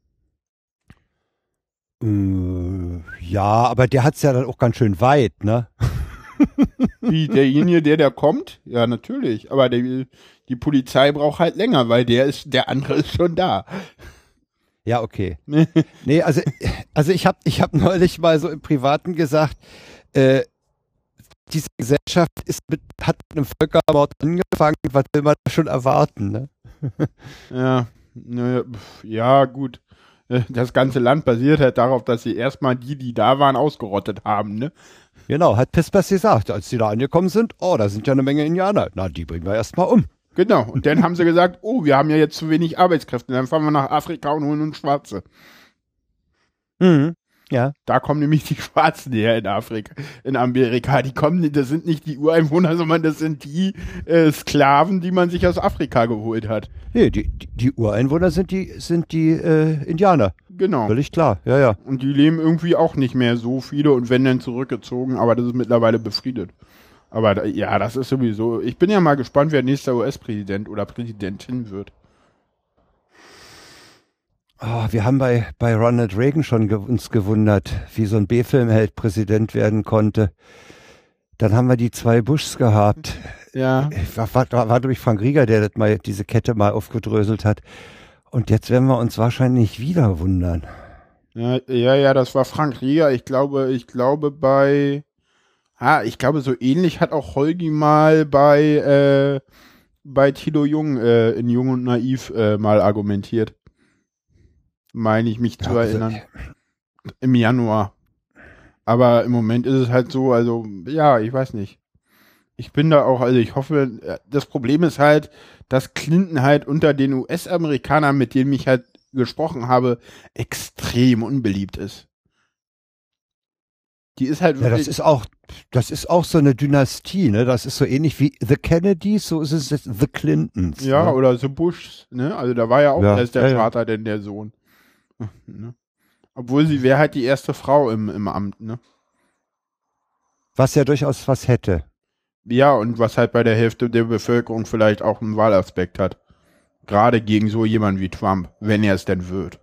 Speaker 2: Äh, ja, aber der hat's ja dann auch ganz schön weit, ne?
Speaker 1: Wie, derjenige, der da kommt? Ja, natürlich. Aber der, die Polizei braucht halt länger, weil der ist, der andere ist schon da.
Speaker 2: Ja, okay. Nee, also, also ich habe ich hab neulich mal so im Privaten gesagt, äh, diese Gesellschaft ist mit, hat mit einem Völkermord angefangen, was will man da schon erwarten, ne?
Speaker 1: Ja, ne, ja, gut. Das ganze Land basiert halt darauf, dass sie erstmal die, die da waren, ausgerottet haben, ne?
Speaker 2: Genau, hat Pispers gesagt, als die da angekommen sind, oh, da sind ja eine Menge Indianer. Na, die bringen wir erstmal um.
Speaker 1: Genau, und dann haben sie gesagt, oh, wir haben ja jetzt zu wenig Arbeitskräfte, dann fahren wir nach Afrika und holen uns Schwarze.
Speaker 2: Mhm. Ja.
Speaker 1: Da kommen nämlich die Schwarzen her in Afrika, in Amerika. Die kommen, das sind nicht die Ureinwohner, sondern das sind die äh, Sklaven, die man sich aus Afrika geholt hat.
Speaker 2: Nee, die, die, die Ureinwohner sind die, sind die äh, Indianer.
Speaker 1: Genau.
Speaker 2: Völlig klar, ja, ja.
Speaker 1: Und die leben irgendwie auch nicht mehr so viele und wenn dann zurückgezogen, aber das ist mittlerweile befriedet. Aber da, ja, das ist sowieso, ich bin ja mal gespannt, wer nächster U S-Präsident oder Präsidentin wird.
Speaker 2: Oh, wir haben bei, bei Ronald Reagan schon ge uns gewundert, wie so ein B-Filmheld Präsident werden konnte. Dann haben wir die zwei Bushs gehabt.
Speaker 1: Ja.
Speaker 2: War, war, war, war glaube ich, Frank Rieger, der das mal, diese Kette mal aufgedröselt hat. Und jetzt werden wir uns wahrscheinlich wieder wundern.
Speaker 1: Ja, ja, ja, das war Frank Rieger. Ich glaube, ich glaube bei, ah, ich glaube, so ähnlich hat auch Holgi mal bei, äh, bei Thilo Jung äh, in Jung und Naiv äh, mal argumentiert. Meine ich mich zu
Speaker 2: ja, also,
Speaker 1: erinnern. Im Januar. Aber im Moment ist es halt so, also, ja, ich weiß nicht. Ich bin da auch, also ich hoffe, das Problem ist halt, dass Clinton halt unter den U S-Amerikanern, mit denen ich halt gesprochen habe, extrem unbeliebt ist. Die ist halt
Speaker 2: ja,
Speaker 1: wirklich.
Speaker 2: das ist auch, das ist auch so eine Dynastie, ne? Das ist so ähnlich wie The Kennedys, so ist es jetzt The Clintons.
Speaker 1: Ja,
Speaker 2: ne?
Speaker 1: oder The Bushs, ne? Also da war ja auch
Speaker 2: Ja,
Speaker 1: erst der
Speaker 2: ja,
Speaker 1: Vater, ja. denn der Sohn. Ne? Obwohl sie wäre halt die erste Frau im, im Amt, ne?
Speaker 2: Was ja durchaus was hätte.
Speaker 1: Ja, und was halt bei der Hälfte der Bevölkerung vielleicht auch einen Wahlaspekt hat. Gerade gegen so jemanden wie Trump, wenn er es denn wird.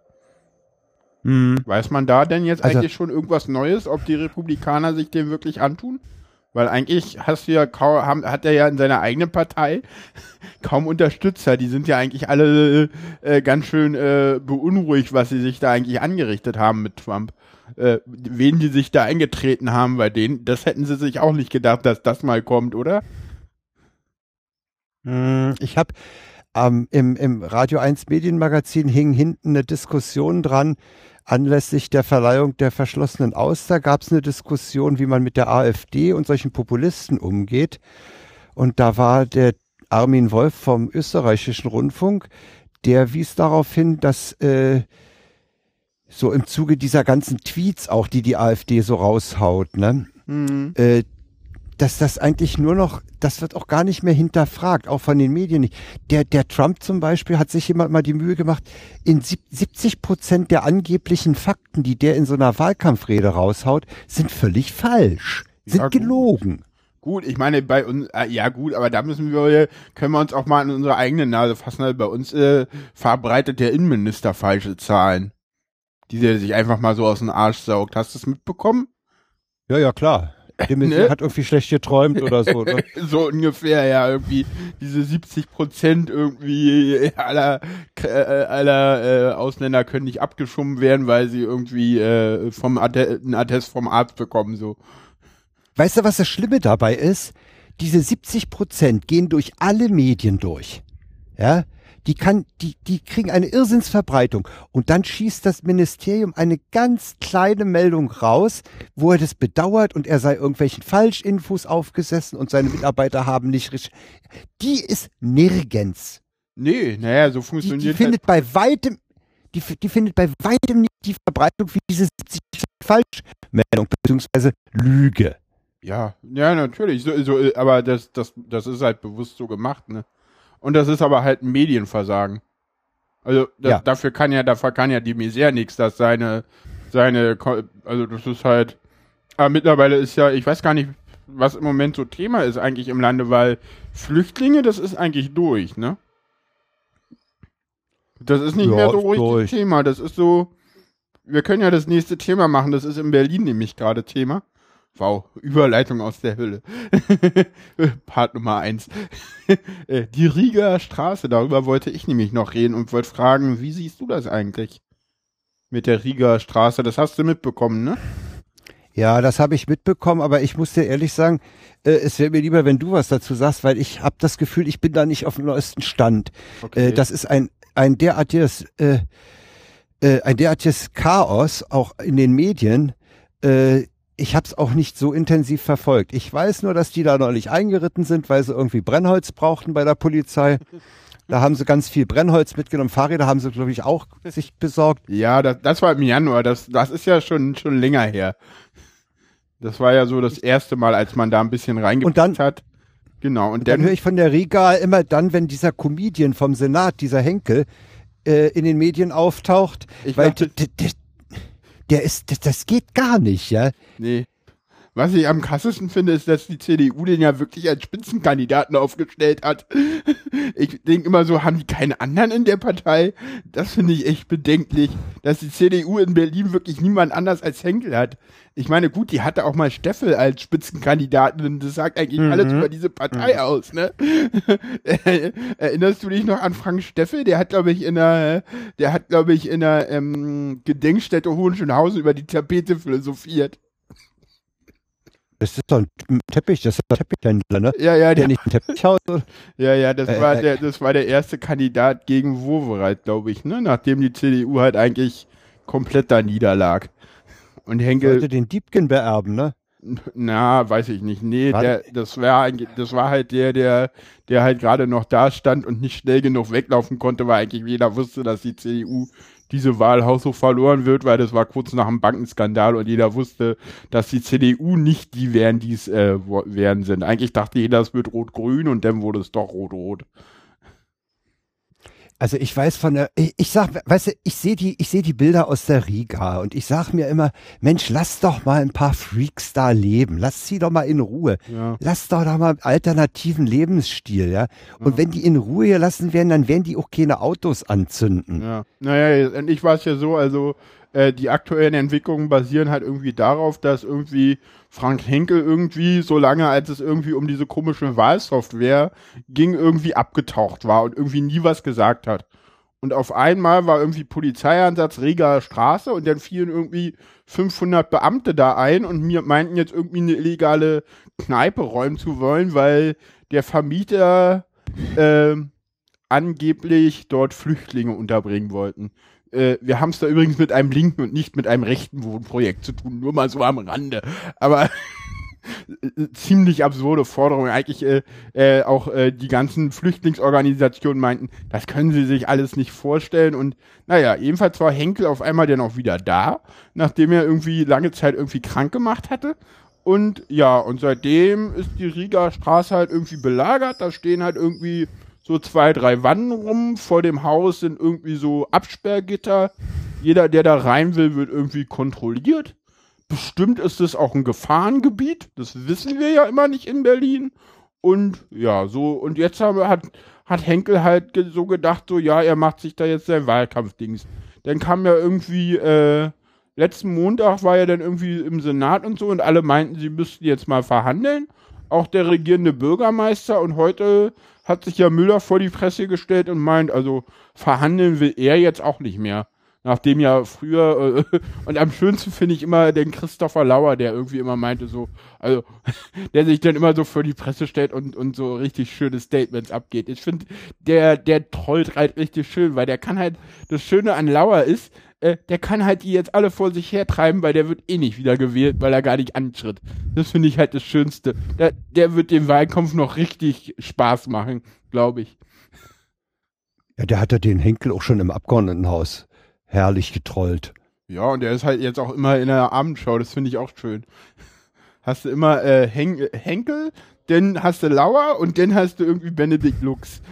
Speaker 2: Hm.
Speaker 1: Weiß man da denn jetzt
Speaker 2: also,
Speaker 1: eigentlich schon irgendwas Neues, ob die Republikaner sich dem wirklich antun? Weil eigentlich hast du ja kaum, haben, hat er ja in seiner eigenen Partei kaum Unterstützer. Die sind ja eigentlich alle äh, ganz schön äh, beunruhigt, was sie sich da eigentlich angerichtet haben mit Trump. Äh, wen die sich da eingetreten haben bei denen, das hätten sie sich auch nicht gedacht, dass das mal kommt, oder?
Speaker 2: Ich habe ähm, im, im Radio eins Medienmagazin hing hinten eine Diskussion dran, anlässlich der Verleihung der verschlossenen Auster gab es eine Diskussion, wie man mit der AfD und solchen Populisten umgeht. Und da war der Armin Wolf vom österreichischen Rundfunk, der wies darauf hin, dass äh, so im Zuge dieser ganzen Tweets auch, die die AfD so raushaut, ne, mhm. äh, dass das eigentlich nur noch, das wird auch gar nicht mehr hinterfragt, auch von den Medien nicht. Der, der Trump zum Beispiel hat sich jemand mal die Mühe gemacht, in siebzig Prozent der angeblichen Fakten, die der in so einer Wahlkampfrede raushaut, sind völlig falsch, sind ja, gelogen.
Speaker 1: Gut, ich meine, bei uns, äh, ja gut, aber da müssen wir, können wir uns auch mal an unsere eigene Nase fassen. Also bei uns äh, verbreitet der Innenminister falsche Zahlen, die der sich einfach mal so aus dem Arsch saugt. Hast du es mitbekommen?
Speaker 2: Ja, ja, klar. Der ne? hat irgendwie schlecht geträumt oder so. Ne?
Speaker 1: So ungefähr, ja, irgendwie diese siebzig Prozent irgendwie aller, äh, aller äh, Ausländer können nicht abgeschoben werden, weil sie irgendwie äh, vom Attest, einen Attest vom Arzt bekommen, so.
Speaker 2: Weißt du, was das Schlimme dabei ist? Diese siebzig Prozent gehen durch alle Medien durch. Ja, die kann, die, die kriegen eine Irrsinnsverbreitung. Und dann schießt das Ministerium eine ganz kleine Meldung raus, wo er das bedauert und er sei irgendwelchen Falschinfos aufgesessen und seine Mitarbeiter haben nicht richtig. Die ist nirgends.
Speaker 1: Nee, naja, so funktioniert
Speaker 2: die, die findet halt bei weitem, die, die findet bei weitem nicht die Verbreitung wie diese siebzig Falschmeldung beziehungsweise Lüge.
Speaker 1: Ja, ja, natürlich. So, so, aber das, das, das ist halt bewusst so gemacht, ne? Und das ist aber halt ein Medienversagen. Also das, ja. dafür kann ja, dafür kann ja die Misere nichts, dass seine, seine, also das ist halt. Aber mittlerweile ist ja, ich weiß gar nicht, was im Moment so Thema ist eigentlich im Lande, weil Flüchtlinge, das ist eigentlich durch, ne? Das ist nicht ja, mehr so richtig durch. Thema. Das ist so. Wir können ja das nächste Thema machen. Das ist in Berlin nämlich gerade Thema. Wow, Überleitung aus der Hölle. Part Nummer eins. Die Rieger Straße, darüber wollte ich nämlich noch reden und wollte fragen, wie siehst du das eigentlich mit der Rieger Straße? Das hast du mitbekommen, ne?
Speaker 2: Ja, das habe ich mitbekommen, aber ich muss dir ehrlich sagen, äh, es wäre mir lieber, wenn du was dazu sagst, weil ich habe das Gefühl, ich bin da nicht auf dem neuesten Stand. Okay. Äh, das ist ein, ein derartiges, äh, äh, ein derartiges Chaos, auch in den Medien. Äh, Ich habe es auch nicht so intensiv verfolgt. Ich weiß nur, dass die da neulich eingeritten sind, weil sie irgendwie Brennholz brauchten bei der Polizei. Da haben sie ganz viel Brennholz mitgenommen. Fahrräder haben sie, glaube ich, auch sich besorgt.
Speaker 1: Ja, das, das war im Januar. Das, das ist ja schon, schon länger her. Das war ja so das erste Mal, als man da ein bisschen reingepackt hat. Genau. Und,
Speaker 2: und dann, dann höre ich von der Riga immer dann, wenn dieser Comedian vom Senat, dieser Henkel, äh, in den Medien auftaucht.
Speaker 1: Ich
Speaker 2: weil
Speaker 1: dachte,
Speaker 2: Der ist, das, das geht gar nicht, ja.
Speaker 1: Nee. Was ich am krassesten finde, ist, dass die C D U den ja wirklich als Spitzenkandidaten aufgestellt hat. Ich denke immer so, haben die keine anderen in der Partei? Das finde ich echt bedenklich, dass die C D U in Berlin wirklich niemand anders als Henkel hat. Ich meine, gut, die hatte auch mal Steffel als Spitzenkandidatin. Das sagt eigentlich mhm. alles über diese Partei mhm. aus, ne? Erinnerst du dich noch an Frank Steffel? Der hat, glaube ich, in der, der hat, glaube ich, in der ähm, Gedenkstätte Hohenschönhausen über die Tapete philosophiert.
Speaker 2: Das ist doch ein Teppich, das ist ein Teppichhändler, ne?
Speaker 1: Ja, ja,
Speaker 2: der, der nicht ein Teppichhaus. Oder?
Speaker 1: Ja, ja, das äh, war der, das war der erste Kandidat gegen Wowereit, glaube ich, ne? Nachdem die C D U halt eigentlich komplett da niederlag. Und Henkel
Speaker 2: sollte den Diebken beerben, ne?
Speaker 1: Na, weiß ich nicht. Nee, der, das war das war halt der, der, der halt gerade noch da stand und nicht schnell genug weglaufen konnte, weil eigentlich jeder wusste, dass die C D U diese Wahl haushoch verloren wird, weil das war kurz nach dem Bankenskandal und jeder wusste, dass die C D U nicht die wären, die es äh, werden sind. Eigentlich dachte jeder, es wird rot-grün und dann wurde es doch rot-rot.
Speaker 2: Also ich weiß von der, ich, ich sag, weißt du, ich sehe die, ich sehe die Bilder aus der Riga und ich sag mir immer, Mensch, lass doch mal ein paar Freaks da leben, lass sie doch mal in Ruhe, ja. Lass doch da mal einen alternativen Lebensstil, ja. Und ja. wenn die in Ruhe gelassen werden, dann werden die auch keine Autos anzünden.
Speaker 1: Ja, naja, endlich war es ja so, also äh, die aktuellen Entwicklungen basieren halt irgendwie darauf, dass irgendwie Frank Henkel irgendwie, so lange als es irgendwie um diese komische Wahlsoftware ging, irgendwie abgetaucht war und irgendwie nie was gesagt hat. Und auf einmal war irgendwie Polizeieinsatz Rigaer Straße und dann fielen irgendwie fünfhundert Beamte da ein und mir meinten jetzt irgendwie eine illegale Kneipe räumen zu wollen, weil der Vermieter äh, angeblich dort Flüchtlinge unterbringen wollten. Äh, wir haben es da übrigens mit einem linken und nicht mit einem rechten Wohnprojekt zu tun, nur mal so am Rande. Aber ziemlich absurde Forderung. Eigentlich äh, äh, auch äh, die ganzen Flüchtlingsorganisationen meinten, das können sie sich alles nicht vorstellen. Und naja, jedenfalls war Henkel auf einmal dann auch wieder da, nachdem er irgendwie lange Zeit irgendwie krank gemacht hatte. Und ja, und seitdem ist die Rigaer Straße halt irgendwie belagert. Da stehen halt irgendwie so zwei, drei Wannen rum. Vor dem Haus sind irgendwie so Absperrgitter. Jeder, der da rein will, wird irgendwie kontrolliert. Bestimmt ist es auch ein Gefahrengebiet. Das wissen wir ja immer nicht in Berlin. Und ja, so, und jetzt haben, hat, hat Henkel halt ge- so gedacht, so, ja, er macht sich da jetzt sein Wahlkampfdings. Dann kam ja irgendwie, äh, letzten Montag war er dann irgendwie im Senat und so und alle meinten, sie müssten jetzt mal verhandeln. Auch der regierende Bürgermeister. Und heute hat sich ja Müller vor die Presse gestellt und meint, also verhandeln will er jetzt auch nicht mehr. Nachdem ja früher, äh, und am schönsten finde ich immer den Christopher Lauer, der irgendwie immer meinte so, also, der sich dann immer so vor die Presse stellt und, und so richtig schöne Statements abgeht. Ich finde, der, der trollt halt richtig schön, weil der kann halt, das Schöne an Lauer ist, äh, der kann halt die jetzt alle vor sich hertreiben, weil der wird eh nicht wieder gewählt, weil er gar nicht antritt. Das finde ich halt das Schönste. Der, der wird dem Wahlkampf noch richtig Spaß machen, glaube ich.
Speaker 2: Ja, der hat ja den Henkel auch schon im Abgeordnetenhaus herrlich getrollt.
Speaker 1: Ja, und der ist halt jetzt auch immer in der Abendschau, das finde ich auch schön. Hast du immer äh, Hen Henkel, dann hast du Lauer und dann hast du irgendwie Benedikt Lux.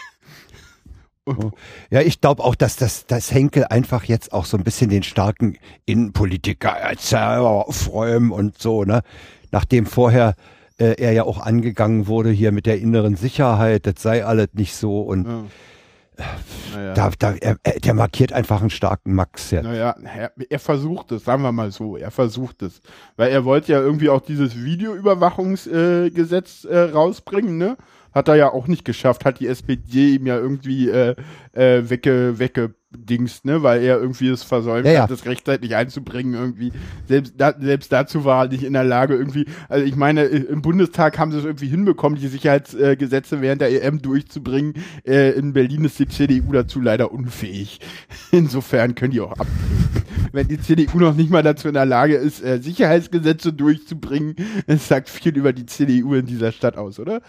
Speaker 2: Ja, ich glaube auch, dass das dass Henkel einfach jetzt auch so ein bisschen den starken Innenpolitiker aufräumen und so, ne? Nachdem vorher äh, er ja auch angegangen wurde hier mit der inneren Sicherheit, das sei alles nicht so und
Speaker 1: Ja. Naja.
Speaker 2: da, da, er, er, der markiert einfach einen starken Max jetzt.
Speaker 1: Naja, er, er versucht es, sagen wir mal so, er versucht es. Weil er wollte ja irgendwie auch dieses Videoüberwachungsgesetz äh, äh, rausbringen, ne? Hat er ja auch nicht geschafft, hat die S P D ihm ja irgendwie äh, äh, wegge, weggedingst, ne? Weil er irgendwie es versäumt
Speaker 2: Ja, ja.
Speaker 1: hat, das rechtzeitig einzubringen irgendwie. Selbst, da, selbst dazu war er nicht in der Lage irgendwie, also ich meine, im Bundestag haben sie es irgendwie hinbekommen, die Sicherheitsgesetze äh, während der E M durchzubringen. Äh, in Berlin ist die C D U dazu leider unfähig. Insofern können die auch abbringen. Wenn die C D U noch nicht mal dazu in der Lage ist, äh, Sicherheitsgesetze durchzubringen, es sagt viel über die C D U in dieser Stadt aus, oder?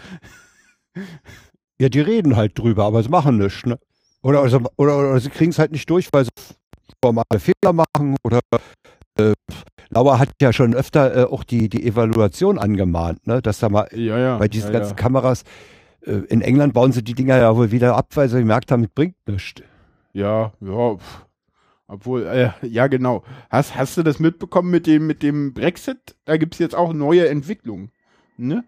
Speaker 2: Ja, die reden halt drüber, aber sie machen nichts, ne? Oder, oder, oder, oder sie kriegen es halt nicht durch, weil sie formale Fehler machen oder äh, Lauer hat ja schon öfter äh, auch die, die Evaluation angemahnt, ne? Dass da mal
Speaker 1: Ja, ja.
Speaker 2: bei diesen
Speaker 1: ja,
Speaker 2: ganzen
Speaker 1: ja.
Speaker 2: Kameras äh, in England bauen sie die Dinger ja wohl wieder ab, weil sie gemerkt haben, es bringt nichts.
Speaker 1: Ja, ja. pf. Obwohl, äh, ja genau. Hast, hast du das mitbekommen mit dem, mit dem Brexit? Da gibt es jetzt auch neue Entwicklungen. Ne?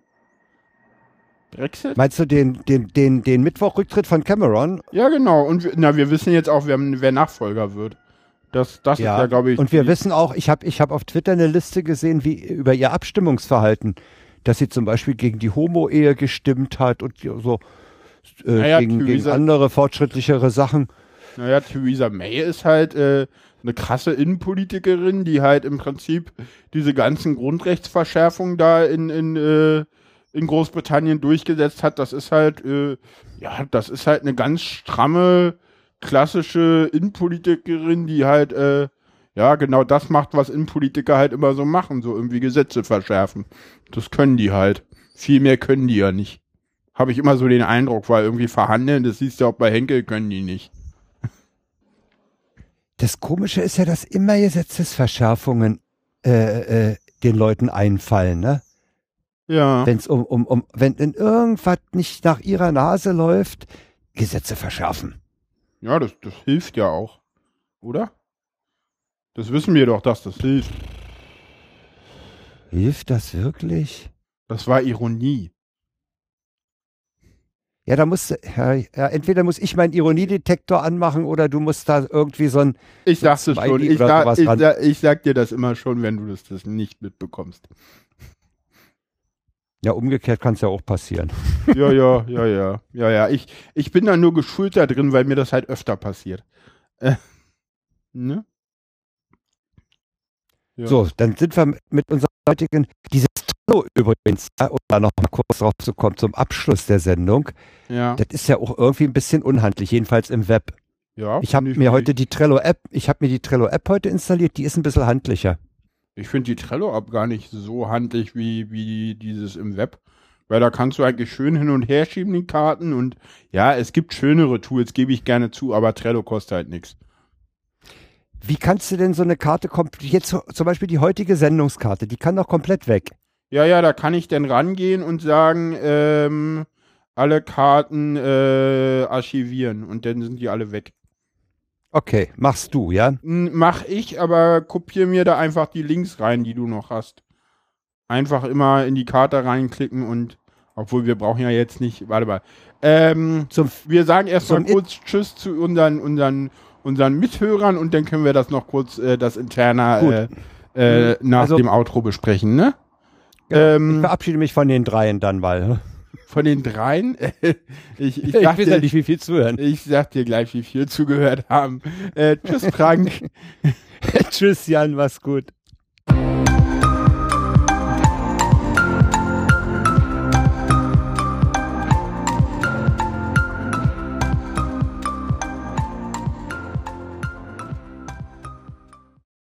Speaker 1: Brexit?
Speaker 2: Meinst du den, den, den, den Mittwochrücktritt von Cameron?
Speaker 1: Ja, genau. Und wir, na, wir wissen jetzt auch, wer, wer Nachfolger wird. Das, das ist ja, glaube ich.
Speaker 2: Und wir
Speaker 1: die-
Speaker 2: wissen auch, ich habe ich hab auf Twitter eine Liste gesehen, wie über ihr Abstimmungsverhalten, dass sie zum Beispiel gegen die Homo-Ehe gestimmt hat und so äh,
Speaker 1: Naja,
Speaker 2: gegen, gegen
Speaker 1: Theresa-
Speaker 2: andere fortschrittlichere Sachen.
Speaker 1: Naja, Theresa May ist halt äh, eine krasse Innenpolitikerin, die halt im Prinzip diese ganzen Grundrechtsverschärfungen da in, in, äh, in Großbritannien durchgesetzt hat. Das ist halt, äh, ja, das ist halt eine ganz stramme, klassische Innenpolitikerin, die halt, äh, ja, genau das macht, was Innenpolitiker halt immer so machen, so irgendwie Gesetze verschärfen. Das können die halt. Viel mehr können die ja nicht. Habe ich immer so den Eindruck, weil irgendwie verhandeln, das siehst du auch bei Henkel, können die nicht.
Speaker 2: Das Komische ist ja, dass immer Gesetzesverschärfungen äh, äh, den Leuten einfallen, ne?
Speaker 1: Ja.
Speaker 2: Wenn's um, um, um, wenn in irgendwas nicht nach ihrer Nase läuft, Gesetze verschärfen.
Speaker 1: Ja, das, das hilft ja auch. Oder? Das wissen wir doch, dass das hilft.
Speaker 2: Hilft das wirklich?
Speaker 1: Das war Ironie.
Speaker 2: Ja, da musst du, ja, ja, entweder muss ich meinen Ironiedetektor anmachen oder du musst da irgendwie so ein.
Speaker 1: Ich
Speaker 2: so
Speaker 1: sag's dir
Speaker 2: Smiley
Speaker 1: schon, ich,
Speaker 2: oder
Speaker 1: sag,
Speaker 2: sowas
Speaker 1: ich,
Speaker 2: dran.
Speaker 1: sag, ich sag dir das immer schon, wenn du das, das nicht mitbekommst.
Speaker 2: Ja, umgekehrt kann es ja auch passieren.
Speaker 1: Ja, ja, ja, ja, ja, ja. Ich, ich bin da nur geschult da drin, weil mir das halt öfter passiert. Äh, ne? Ja.
Speaker 2: So, dann sind wir mit unserem heutigen, dieses Trello übrigens, ja, um da noch mal kurz drauf zu kommen, zum Abschluss der Sendung.
Speaker 1: Ja.
Speaker 2: Das ist ja auch irgendwie ein bisschen unhandlich, jedenfalls im Web.
Speaker 1: Ja,
Speaker 2: Ich habe
Speaker 1: find
Speaker 2: mir
Speaker 1: nicht-
Speaker 2: heute die Trello-App, ich habe mir die Trello-App heute installiert, die ist ein bisschen handlicher.
Speaker 1: Ich finde die Trello-App gar nicht so handlich wie, wie dieses im Web. Weil da kannst du eigentlich schön hin und her schieben, die Karten. Und ja, es gibt schönere Tools, gebe ich gerne zu, aber Trello kostet halt nichts.
Speaker 2: Wie kannst du denn so eine Karte komplett, jetzt so- zum Beispiel die heutige Sendungskarte, die kann doch komplett weg.
Speaker 1: Ja, ja, da kann ich dann rangehen und sagen, ähm, alle Karten äh, archivieren und dann sind die alle weg.
Speaker 2: Okay, machst du, ja?
Speaker 1: N- Mach ich, aber kopiere mir da einfach die Links rein, die du noch hast. Einfach immer in die Karte reinklicken und, obwohl wir brauchen ja jetzt nicht, warte mal. Ähm,
Speaker 2: Zum,
Speaker 1: wir sagen erstmal
Speaker 2: zum
Speaker 1: kurz Tschüss zu unseren, unseren, unseren Mithörern und dann können wir das noch kurz, äh, das interner äh, äh, nach
Speaker 2: Also-
Speaker 1: dem Outro besprechen, ne?
Speaker 2: ich
Speaker 1: Ähm,
Speaker 2: verabschiede mich von den dreien dann mal.
Speaker 1: von den dreien, ich, ich,
Speaker 2: Ich,
Speaker 1: sag
Speaker 2: weiß ja
Speaker 1: dir,
Speaker 2: nicht, wie viel zuhören.
Speaker 1: ich sag dir gleich, wie viel zugehört haben. Äh, tschüss, Frank.
Speaker 2: Tschüss, Jan, mach's gut.